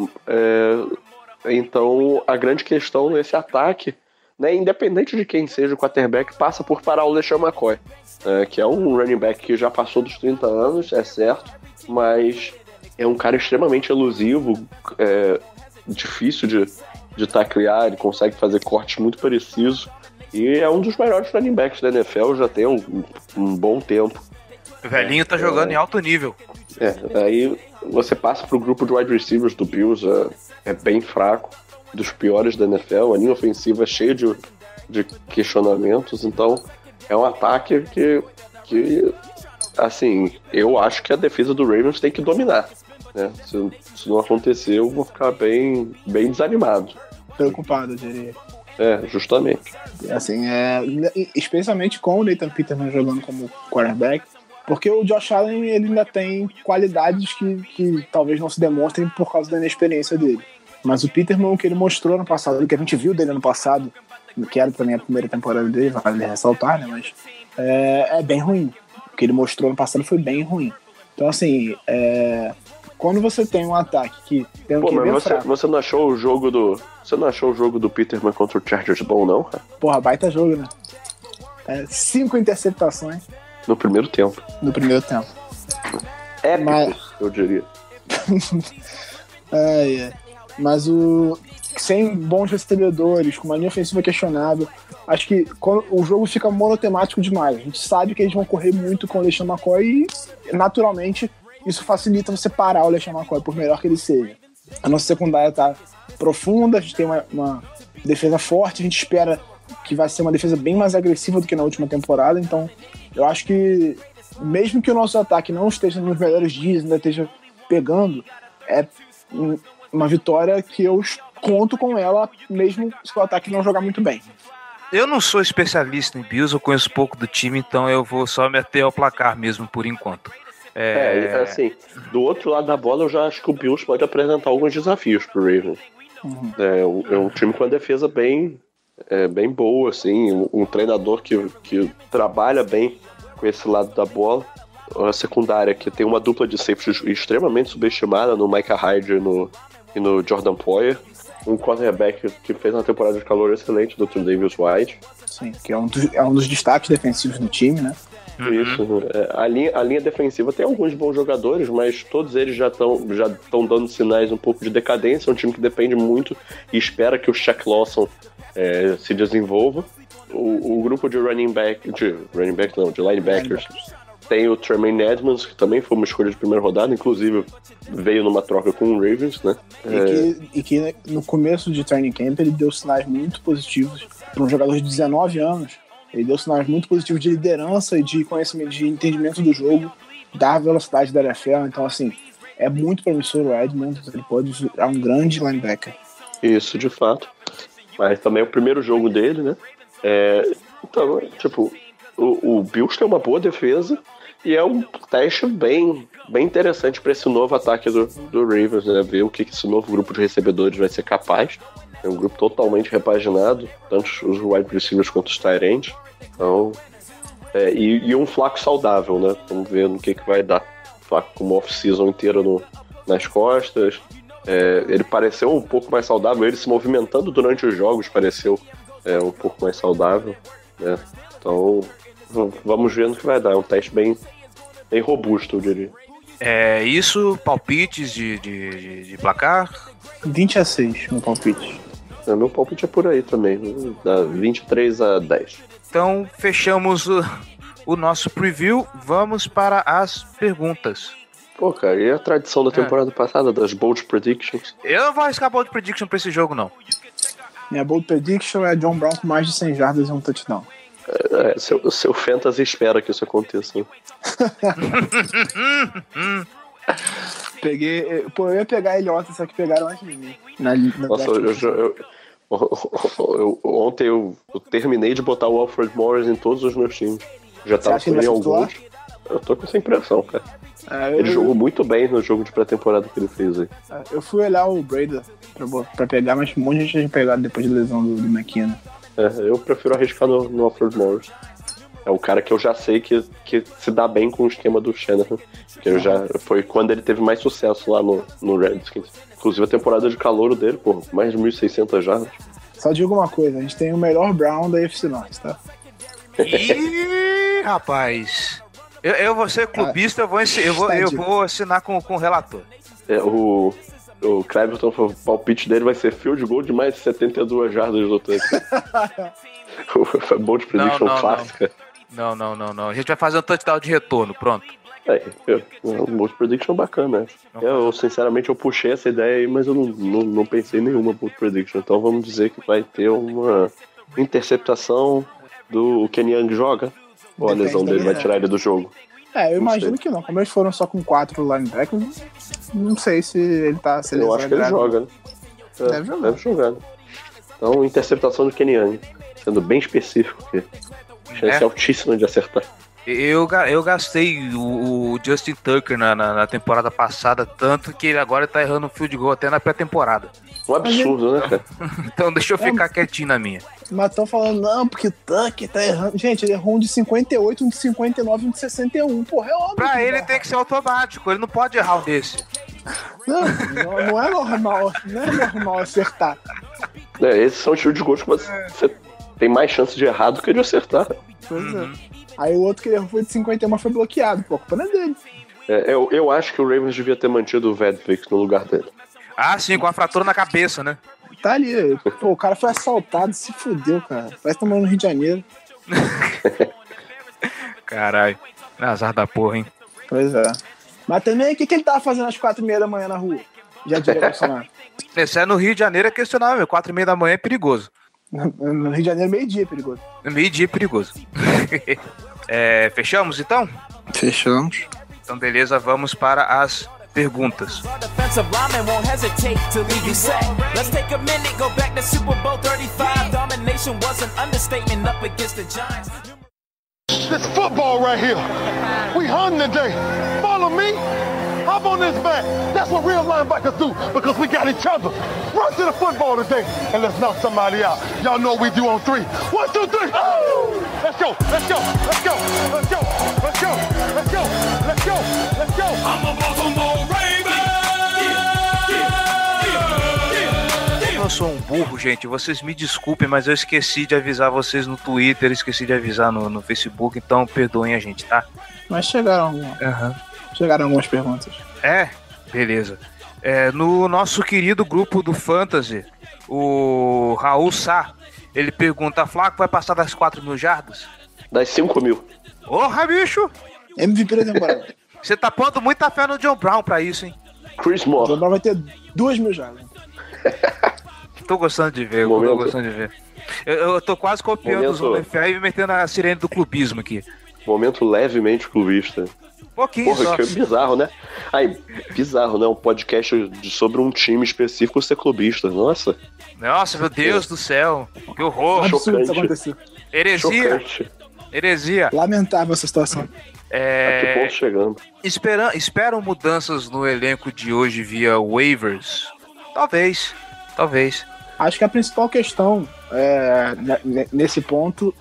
Então a grande questão nesse ataque, né, independente de quem seja o quarterback, passa por parar o LeSean McCoy, que é um running back que já passou dos 30 anos, é certo, mas é um cara extremamente elusivo, difícil de taclear, ele consegue fazer cortes muito precisos e é um dos melhores running backs da NFL, já tem um bom tempo.
O velhinho tá jogando em alto nível.
Aí você passa pro grupo de wide receivers do Bills, é bem fraco, dos piores da NFL, a linha ofensiva é cheia de questionamentos, então é um ataque que assim, eu acho que a defesa do Ravens tem que dominar, né? Se não acontecer, eu vou ficar bem desanimado.
Preocupado, eu diria.
Justamente.
Assim, especialmente com o Nathan Peterman jogando como quarterback, porque o Josh Allen ele ainda tem qualidades que talvez não se demonstrem por causa da inexperiência dele. Mas o Peterman, o que ele mostrou ano passado, o que a gente viu dele ano passado, que era também a primeira temporada dele, vale ressaltar, né? Mas é bem ruim. O que ele mostrou ano passado foi bem ruim. Então, assim, quando você tem um ataque que tem um QB fraco...
Você não achou o jogo do Peterman contra o Chargers bom, não, cara?
Porra, baita jogo, né? 5 interceptações.
No primeiro tempo.
Épico,
eu diria.
Mas sem bons recebedores, com uma linha ofensiva questionável, acho que o jogo fica monotemático demais. A gente sabe que eles vão correr muito com o LeSean McCoy e, naturalmente, isso facilita você parar o LeSean McCoy, por melhor que ele seja. A nossa secundária tá profunda, a gente tem uma defesa forte, a gente espera que vai ser uma defesa bem mais agressiva do que na última temporada, então eu acho que mesmo que o nosso ataque não esteja nos melhores dias, ainda esteja pegando, é uma vitória que eu conto com ela, mesmo se o ataque não jogar muito bem.
Eu não sou especialista em Bills, eu conheço pouco do time, então eu vou só me ater ao placar mesmo, por enquanto.
Assim, do outro lado da bola, eu já acho que o Bills pode apresentar alguns desafios pro Ravens. É um time com a defesa bem boa, assim, um treinador que trabalha bem com esse lado da bola. A secundária que tem uma dupla de safeties extremamente subestimada no Micah Hyde e no Jordan Poyer. Um cornerback que fez uma temporada de calor excelente, do Davis White.
Sim, que é um dos destaques defensivos do time, né?
Isso. A linha defensiva tem alguns bons jogadores, mas todos eles já estão dando sinais um pouco de decadência. É um time que depende muito e espera que o Shaq Lawson se desenvolva. O grupo de linebackers tem o Tremaine Edmonds, que também foi uma escolha de primeira rodada, inclusive veio numa troca com o Ravens, né?
E que no começo de training camp ele deu sinais muito positivos para um jogador de 19 anos. Ele deu sinais muito positivos de liderança e de conhecimento, de entendimento do jogo, da velocidade da NFL. Então, assim, é muito promissor o Edmonds. Ele pode virar um grande linebacker.
Isso, de fato. Mas também é o primeiro jogo dele, né? Então, tipo, o Bills tem uma boa defesa e é um teste bem interessante para esse novo ataque do Ravens, né? Ver o que esse novo grupo de recebedores vai ser capaz. É um grupo totalmente repaginado, tanto os wide receivers quanto os tight ends. Então, e um Flaco saudável, né? Vamos ver no que vai dar. Flaco com uma off-season inteira nas costas. Ele pareceu um pouco mais saudável. Ele se movimentando durante os jogos pareceu um pouco mais saudável, né? Então, vamos ver no que vai dar. É um teste bem robusto, eu diria.
Isso, palpites de placar?
20-6 no palpite.
Meu palpite é por aí também, dá 23-10.
Então, fechamos o nosso preview. Vamos para as perguntas.
Pô, cara, e a tradição da temporada passada, das Bold Predictions?
Eu não vou arriscar Bold Prediction pra esse jogo, não.
Minha Bold Prediction é John Brown com mais de 100 jardas e um touchdown.
Seu fantasy espera que isso aconteça, hein?
Eu ia pegar Eliota, só que pegaram antes de mim.
Nossa, ontem eu terminei de botar o Alfred Morris em todos os meus times. Já tava em alguns. Eu tô com essa impressão, cara. Ele jogou muito bem no jogo de pré-temporada que ele fez aí.
Eu fui olhar o Brady pra pegar, mas um monte de gente tinha pegado depois da lesão do McKinnon.
Eu prefiro arriscar no Alfred Morris. É o cara que eu já sei que se dá bem com o esquema do Shanahan. Que foi quando ele teve mais sucesso lá no Redskins. Inclusive a temporada de calouro dele, mais de 1.600 jardas.
Só digo uma coisa, a gente tem o melhor Brown da AFC Norte, tá?
Ih, rapaz. Eu vou ser clubista, eu vou assinar com o relator.
O Cleverton, o palpite dele vai ser field goal de mais de 72 jardas do tanque. Bold prediction clássica.
Não. A gente vai fazer um touchdown de retorno, pronto.
Um bold prediction bacana. Sinceramente, eu puxei essa ideia aí, mas eu não pensei em nenhuma bold prediction. Então vamos dizer que vai ter uma interceptação do Kenny Young joga. Ou a lesão dele vai tirar ele do jogo.
Eu imagino que não. Como eles foram só com 4 linebackers, não sei se ele tá...
Eu acho que ele joga, né? Deve jogar. Então, interceptação do Kenny Young. Sendo bem específico aqui. Chance altíssima de acertar.
Eu gastei o Justin Tucker na temporada passada, tanto que ele agora tá errando o field goal até na pré-temporada.
Um absurdo, né, cara?
Então deixa eu ficar quietinho na minha.
Mas estão falando, não, porque o Tucker tá errando. Gente, ele errou um de 58, um de 59, um de 61. Porra, é óbvio.
Pra ele tem que ser automático, ele não pode errar um desse.
Não é normal acertar.
Esses são os field goals que você tem mais chance de errar do que de acertar.
Pois é. Aí o outro que ele errou foi de 51, mas foi bloqueado. Pô, a culpa não é dele.
Eu acho que o Ravens devia ter mantido o Vedvik no lugar dele.
Ah, sim, com a fratura na cabeça, né?
Tá ali. Pô, o cara foi assaltado, se fudeu, cara. Parece que tá morando no Rio de Janeiro.
Caralho. Azar da porra, hein?
Pois é. Mas também, o que ele tava fazendo às 4h30 da manhã na rua? Já diria Bolsonaro.
Se é no Rio de Janeiro é questionável. 4h30 da manhã é perigoso.
No Rio de Janeiro, meio-dia é perigoso.
Meio-dia é perigoso. Fechamos, então?
Fechamos.
Então, beleza, vamos para as perguntas.
This football right here. We hung today. Follow me. Hop on this back. That's what real linebackers do because we got each other. Run to the football today and let's knock somebody out. Y'all know what we do on 3. 1, 2, 3. Oh! Let's go. Let's go. Let's go. Let's go. Let's go. Let's go. Let's go. Let's go. I'm a Baltimore Raven.
Eu sou um burro, gente. Vocês me desculpem, mas eu esqueci de avisar vocês no Twitter, esqueci de avisar no Facebook, então perdoem a gente, tá?
Mas chegaram algumas perguntas.
Beleza. No nosso querido grupo do Fantasy, o Raul Sá, ele pergunta: Flaco vai passar das 4.000 jardas?
Das 5.000.
Porra, bicho!
MVP da temporada.
Você tá pondo muita fé no John Brown pra isso, hein?
Chris
O
Moore.
John Brown vai ter 2.000 jardas.
Tô gostando de ver, tô gostando de ver. Eu tô quase copiando os UFA e me metendo a sirene do clubismo aqui.
Momento levemente clubista.
Pouquinho.
Porra,
só.
que bizarro, né? Bizarro, né? Um podcast sobre um time específico ser clubista. Nossa,
Meu Deus do céu. Que horror.
Absurdo isso
chocante.
acontecer.
Heresia.
Chocante.
Heresia.
Lamentável essa situação.
A que ponto chegando?
Esperam mudanças no elenco de hoje via waivers? Talvez.
Acho que a principal questão nesse ponto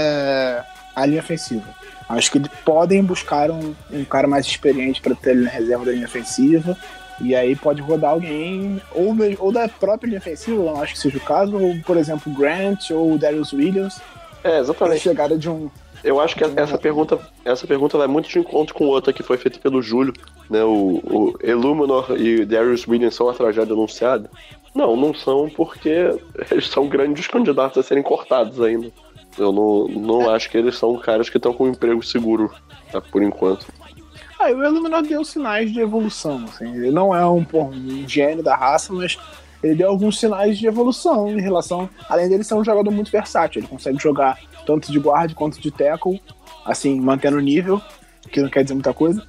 é a linha ofensiva. Acho que eles podem buscar um cara mais experiente para ter na reserva da linha ofensiva, e aí pode rodar alguém, ou da própria linha ofensiva, não acho que seja o caso, ou por exemplo Grant ou Darius Williams.
Exatamente.
A chegada de um...
Eu acho que essa pergunta vai muito de encontro com outra que foi feita pelo Júlio, né? O Illuminor e Darius Williams são a tragédia anunciada? Não são, porque eles são grandes candidatos a serem cortados ainda. Eu não acho que eles são caras que estão com um emprego seguro, tá, por enquanto.
O Illuminor deu sinais de evolução, assim. Ele não é um gênio da raça, mas ele deu alguns sinais de evolução em relação... Além dele ser um jogador muito versátil, ele consegue jogar tanto de guard quanto de tackle, assim, mantendo o nível, que não quer dizer muita coisa,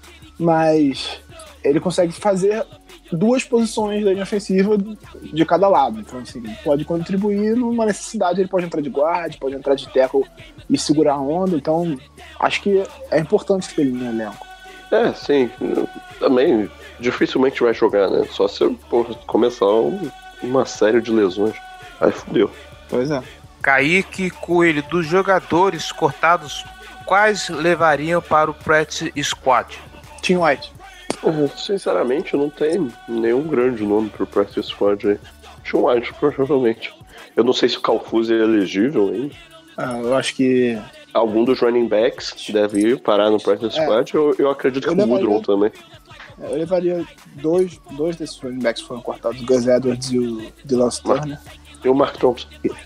mas ele consegue fazer 2 posições da linha ofensiva de cada lado. Então, assim, ele pode contribuir numa necessidade, ele pode entrar de guard, pode entrar de tackle e segurar a onda. Então, acho que é importante ter ele no elenco.
Sim. Também dificilmente vai jogar, né? Só se começar uma série de lesões. Aí fudeu.
Pois é.
Kaique Coelho, dos jogadores cortados, quais levariam para o practice squad?
Tim White.
Sinceramente, não tem nenhum grande nome pro practice squad aí. Tim White, provavelmente. Eu não sei se o Calfuz é elegível ainda.
Eu acho que...
Algum dos running backs deve ir parar no practice squad. Eu acredito que o Woodrow também.
Eu levaria dois desses running backs que foram cortados, o Gus Edwards e o Delance Turner.
E o Mark Thompson.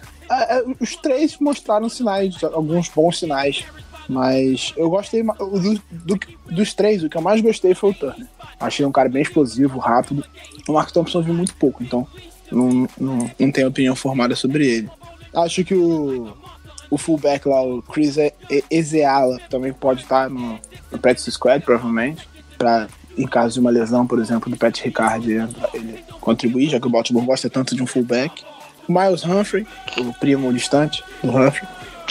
Os 3 mostraram sinais, alguns bons sinais, mas eu gostei dos 3, o que eu mais gostei foi o Turner. Achei um cara bem explosivo, rápido. O Mark Thompson eu vi muito pouco, então não tenho opinião formada sobre ele. Acho que o fullback lá, o Chris Ezeala, também pode estar no practice squad, provavelmente, em caso de uma lesão, por exemplo, do Pat Ricard, ele contribuir, já que o Baltimore gosta tanto de um fullback. O Miles Humphrey, o primo distante do Humphrey.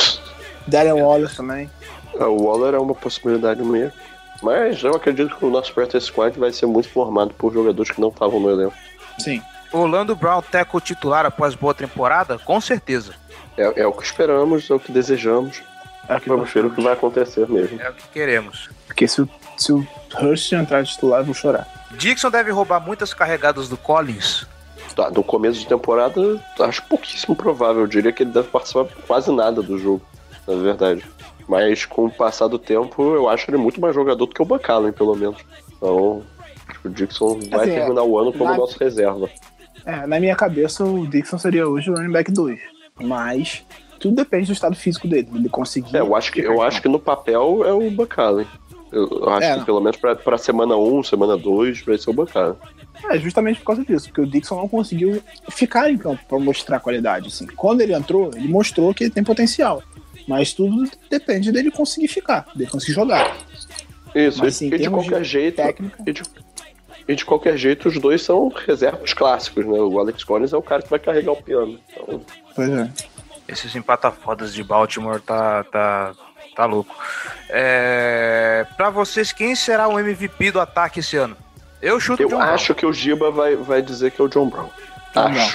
Darren Waller também.
O Waller é uma possibilidade mesmo. Mas eu acredito que o nosso practice squad vai ser muito formado por jogadores que não estavam no elenco.
Sim.
Orlando Brown, tackle titular após boa temporada? Com certeza.
É o que esperamos, é o que desejamos. Vamos ver o que vai acontecer mesmo.
É o que queremos.
Porque se o Hurst entrar de titular, eu vou chorar.
Dixon deve roubar muitas carregadas do Collins?
No começo de temporada, acho pouquíssimo provável. Eu diria que ele deve participar quase nada do jogo, na verdade. Mas com o passar do tempo, eu acho ele muito mais jogador do que o McCallum, pelo menos. Então, O Dixon vai terminar o ano como nosso reserva.
Na minha cabeça, o Dixon seria hoje o running back 2. Mas tudo depende do estado físico dele. Ele conseguir.
Eu acho que no papel é o Buchanan. Eu acho que pelo menos pra semana 1, semana 2 vai ser o Buchanan.
Justamente por causa disso, porque o Dixon não conseguiu ficar em campo pra mostrar qualidade. Assim. Quando ele entrou, ele mostrou que ele tem potencial. Mas tudo depende dele conseguir ficar, dele conseguir jogar.
Isso,
mas, assim,
e de qualquer jeito. E de qualquer jeito, os dois são reservas clássicos, né? O Alex Collins é o cara que vai carregar o piano. Então...
Pois é.
Esses empatafodas de Baltimore tá louco. Pra vocês, quem será o MVP do ataque esse ano? Eu chuto o John Brown. Eu acho
que o Giba vai dizer que é o John Brown. Acho.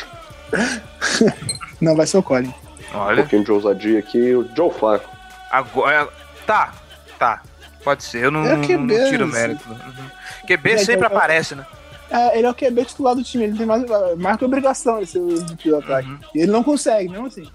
Não, vai ser o Collins.
Olha.
Um pouquinho de ousadia aqui, o Joe Flacco.
Agora, tá. Pode ser, eu não tiro mérito. QB sempre aparece, né?
Ele é o QB titular do time, ele tem mais que obrigação de ser o MVP do ataque. E ele não consegue, mesmo assim.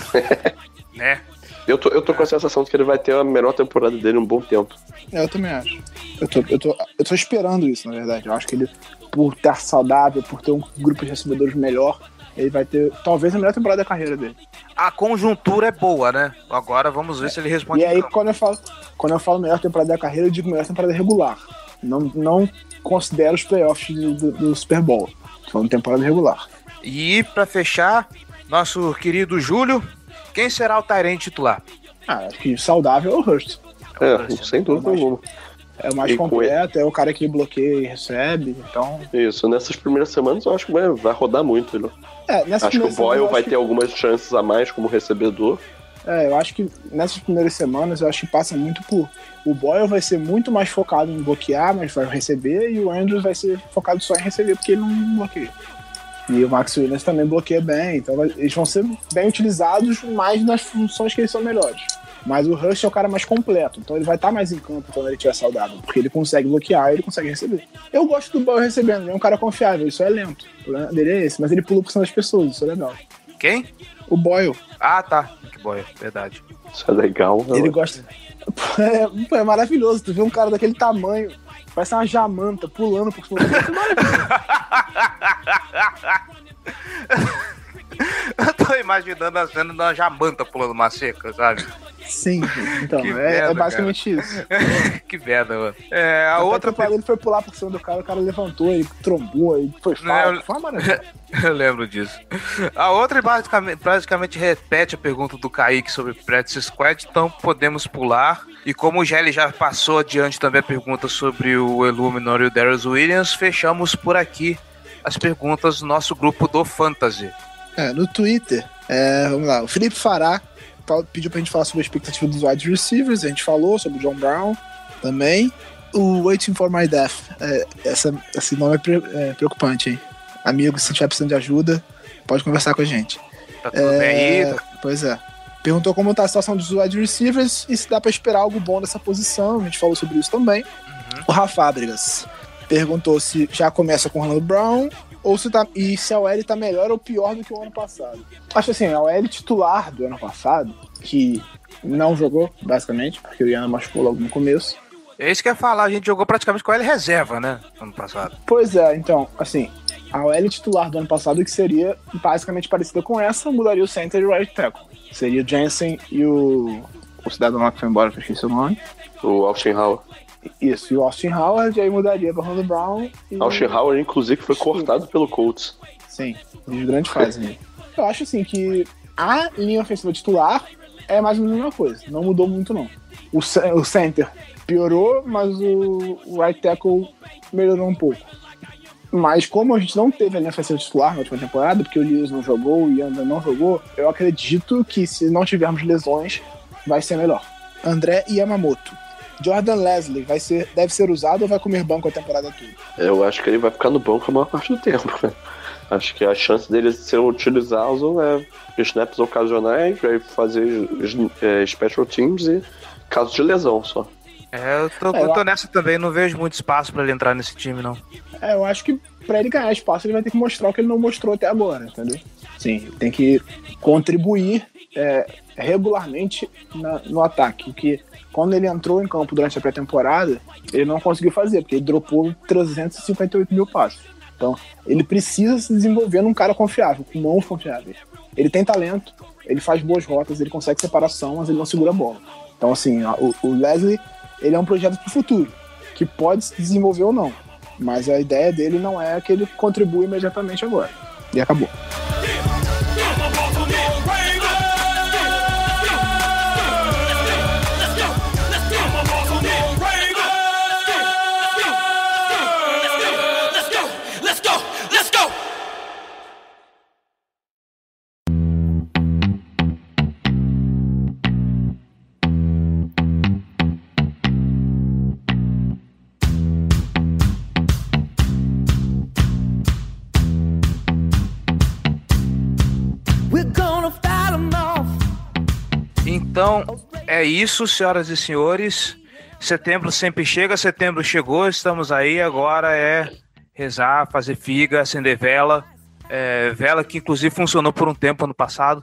Né?
Eu tô com a sensação de que ele vai ter a melhor temporada dele em um bom tempo.
Eu também acho. Eu tô esperando isso, na verdade. Eu acho que ele, por estar saudável, por ter um grupo de recebedores melhor, ele vai ter, talvez, a melhor temporada da carreira dele.
A conjuntura é boa, né? Agora vamos ver se ele responde.
E aí, quando eu falo melhor temporada da carreira, eu digo melhor temporada regular. Não considero os playoffs do Super Bowl. Tô falando temporada regular.
E pra fechar, nosso querido Júlio, quem será o Tyrant titular?
Acho que saudável é o Hurst.
Sem dúvida alguma.
É o mais completo, é o cara que bloqueia e recebe, então...
Isso, nessas primeiras semanas eu acho que vai rodar muito. Né? Acho que o Boyle vai ter algumas chances a mais como recebedor.
Eu acho que nessas primeiras semanas eu acho que passa muito por... O Boyle vai ser muito mais focado em bloquear, mas vai receber, e o Andrews vai ser focado só em receber, porque ele não bloqueia. E o Max Williams também bloqueia bem, então eles vão ser bem utilizados mais nas funções que eles são melhores. Mas o Rush é o cara mais completo, então ele vai estar mais em campo quando ele estiver saudável, porque ele consegue bloquear e ele consegue receber. Eu gosto do Boyle recebendo, ele é um cara confiável, ele só é lento. O problema dele é esse, mas ele pula por cima das pessoas, isso é legal.
Quem?
O Boyle.
Ah, tá. Que Boyle, verdade.
Isso é legal.
Ele gosta... É maravilhoso, tu vê um cara daquele tamanho, parece uma jamanta pulando por cima das pessoas.
Eu tô imaginando a cena de uma jamanta pulando uma seca, sabe?
Sim, então, é basicamente isso.
Que merda, mano.
A outra ele foi pular por cima do cara, o cara levantou, ele trombou, ele foi falta. Foi uma maravilha.
Eu lembro disso. A outra basicamente repete a pergunta do Kaique sobre Practice Squad, então podemos pular. E como o Gelli já passou adiante também a pergunta sobre o Illuminor e o Darius Williams, fechamos por aqui as perguntas do nosso grupo do Fantasy.
No Twitter, vamos lá, o Felipe Fará pediu pra gente falar sobre a expectativa dos wide receivers, a gente falou sobre o John Brown também. O Waiting for My Death, esse nome é preocupante, hein? Amigo, se tiver precisando de ajuda, pode conversar com a gente.
Tá tudo bem aí?
Pois é. Perguntou como tá a situação dos wide receivers e se dá pra esperar algo bom dessa posição, a gente falou sobre isso também. O Rafa Fábricas perguntou se já começa com o Orlando Brown ou se a OL tá melhor ou pior do que o ano passado. Acho assim, a OL titular do ano passado, que não jogou, basicamente, porque o Ian machucou logo no começo.
É isso que eu ia falar, a gente jogou praticamente com a OL reserva, né, ano passado.
Pois é, então, assim, a OL titular do ano passado, que seria basicamente parecida com essa, mudaria o center e o right tackle. Seria o Jensen e o cidadão lá que foi embora, que eu esqueci o nome.
O Austin Howard.
Isso, e o Austin Howard, aí mudaria para o Orlando Brown.
Austin Howard, inclusive, foi cortado pelo Colts.
Sim, de grande fase. Né? Eu acho, assim, que a linha ofensiva titular é mais ou menos a mesma coisa. Não mudou muito, não. O center piorou, mas o right tackle melhorou um pouco. Mas como a gente não teve a linha ofensiva titular na última temporada, porque o Lewis não jogou, o Ian não jogou, eu acredito que se não tivermos lesões, vai ser melhor. André Yamamoto. Jordan Leslie deve ser usado ou vai comer banco a temporada toda?
Eu acho que ele vai ficar no banco a maior parte do tempo. Né? Acho que a chance dele ser utilizado é snaps ocasionais, vai fazer special teams e caso de lesão só.
Eu tô nessa também, não vejo muito espaço pra ele entrar nesse time, não.
Eu acho que pra ele ganhar espaço, ele vai ter que mostrar o que ele não mostrou até agora, entendeu? Sim, tem que contribuir regularmente no ataque, que quando ele entrou em campo durante a pré-temporada, ele não conseguiu fazer, porque ele dropou 358 mil passos. Então, ele precisa se desenvolver num cara confiável, com mãos confiáveis. Ele tem talento, ele faz boas rotas, ele consegue separação, mas ele não segura a bola. Então, assim, o Leslie, ele é um projeto para o futuro, que pode se desenvolver ou não. Mas a ideia dele não é que ele contribua imediatamente agora. E acabou.
Então, é isso, senhoras e senhores. Setembro sempre chega, setembro chegou, estamos aí. Agora é rezar, fazer figa, acender vela. Vela que inclusive funcionou por um tempo ano passado.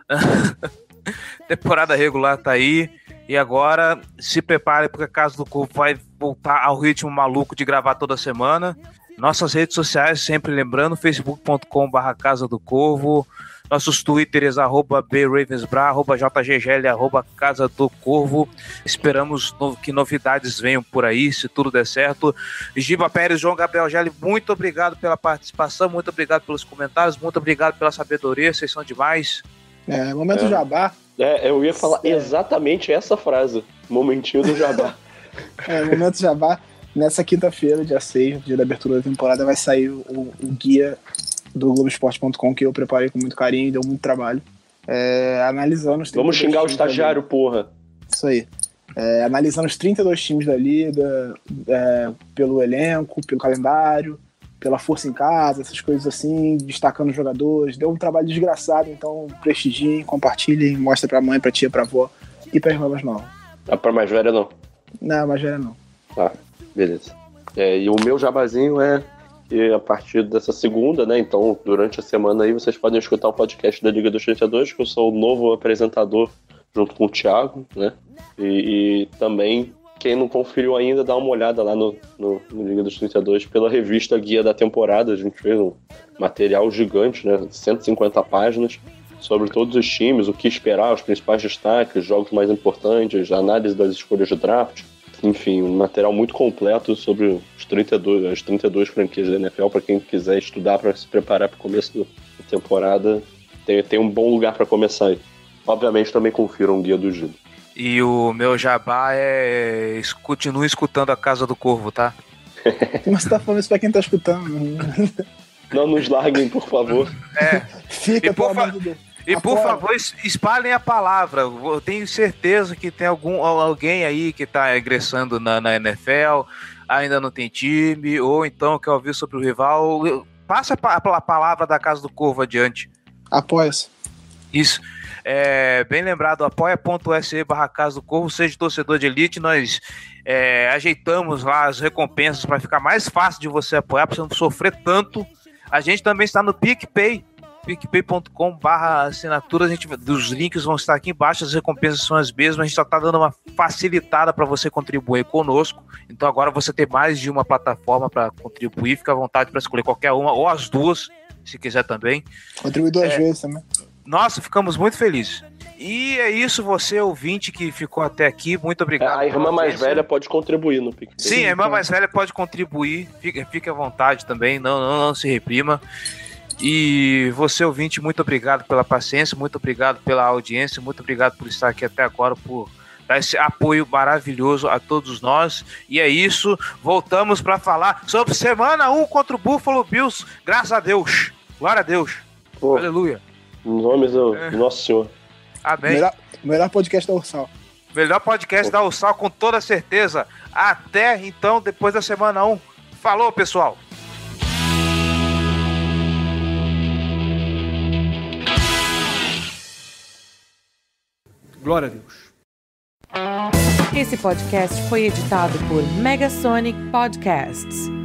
Temporada regular tá aí. E agora se prepare, porque a Casa do Corvo vai voltar ao ritmo maluco de gravar toda semana. Nossas redes sociais, sempre lembrando, facebook.com/Casa do Corvo. Nossos twitters, @BRavensbra, @JGGL, @Casa do Corvo. Esperamos que novidades venham por aí, se tudo der certo. Giba Pérez, João Gabriel Gelli, muito obrigado pela participação, muito obrigado pelos comentários, muito obrigado pela sabedoria, vocês são demais.
Momento Jabá.
Eu ia falar exatamente essa frase, momentinho do Jabá.
Momento Jabá. Nessa quinta-feira, dia 6, dia da abertura da temporada, vai sair o guia do Globoesporte.com, que eu preparei com muito carinho e deu muito trabalho. Analisando os 32
Vamos xingar o estagiário, porra.
Isso aí. Analisando os 32 times da Liga, pelo elenco, pelo calendário, pela força em casa, essas coisas assim, destacando os jogadores. Deu um trabalho desgraçado, então prestigiem, compartilhem, mostra pra mãe, pra tia, pra avó e pra irmã mais nova.
Pra mais velha, não?
Não, mais velha não.
Tá, beleza. E o meu jabazinho é que a partir dessa segunda, né, então durante a semana aí vocês podem escutar o podcast da Liga dos 32, que eu sou o novo apresentador junto com o Thiago, né, e também quem não conferiu ainda, dá uma olhada lá no Liga dos 32 pela revista Guia da Temporada. A gente fez um material gigante, né, 150 páginas, sobre todos os times, o que esperar, os principais destaques, os jogos mais importantes, a análise das escolhas de draft. Enfim, um material muito completo sobre as 32 franquias da NFL, para quem quiser estudar para se preparar para o começo da temporada. Tem um bom lugar para começar aí. Obviamente também confiram o Guia do Gil.
E o meu jabá continue escutando a Casa do Corvo, tá?
Mas você tá falando isso pra quem tá escutando.
Não nos larguem, por favor.
Fica, pelo amor de Deus.
E por favor, espalhem a palavra. Eu tenho certeza que tem alguém aí que tá ingressando na NFL, ainda não tem time, ou então quer ouvir sobre o rival. Passa a palavra da Casa do Corvo adiante.
Apoia-se.
Isso. Bem lembrado, apoia.se/Casa do Corvo, seja torcedor de elite. Nós ajeitamos lá as recompensas para ficar mais fácil de você apoiar, para você não sofrer tanto. A gente também está no PicPay, picpay.com/assinatura. Os links vão estar aqui embaixo, as recompensas são as mesmas. A gente só está dando uma facilitada para você contribuir conosco. Então agora você tem mais de uma plataforma para contribuir. Fica à vontade para escolher qualquer uma, ou as duas, se quiser também.
Contribui 2 vezes também.
Nossa, ficamos muito felizes. E é isso, você ouvinte que ficou até aqui, muito obrigado.
A irmã mais velha pode contribuir no PicPay.
Sim, a irmã mais velha pode contribuir, fique à vontade também, não se reprima. E você ouvinte, muito obrigado pela paciência, muito obrigado pela audiência, muito obrigado por estar aqui até agora, por dar esse apoio maravilhoso a todos nós. E é isso, voltamos para falar sobre semana 1 contra o Buffalo Bills, graças a Deus, glória a Deus, aleluia.
Em nome do Nosso Senhor.
Amém.
Melhor podcast da Ursal.
Melhor podcast da Ursal, com toda certeza. Até então, depois da semana 1. Falou, pessoal. Glória a Deus.
Esse podcast foi editado por Megasonic Podcasts.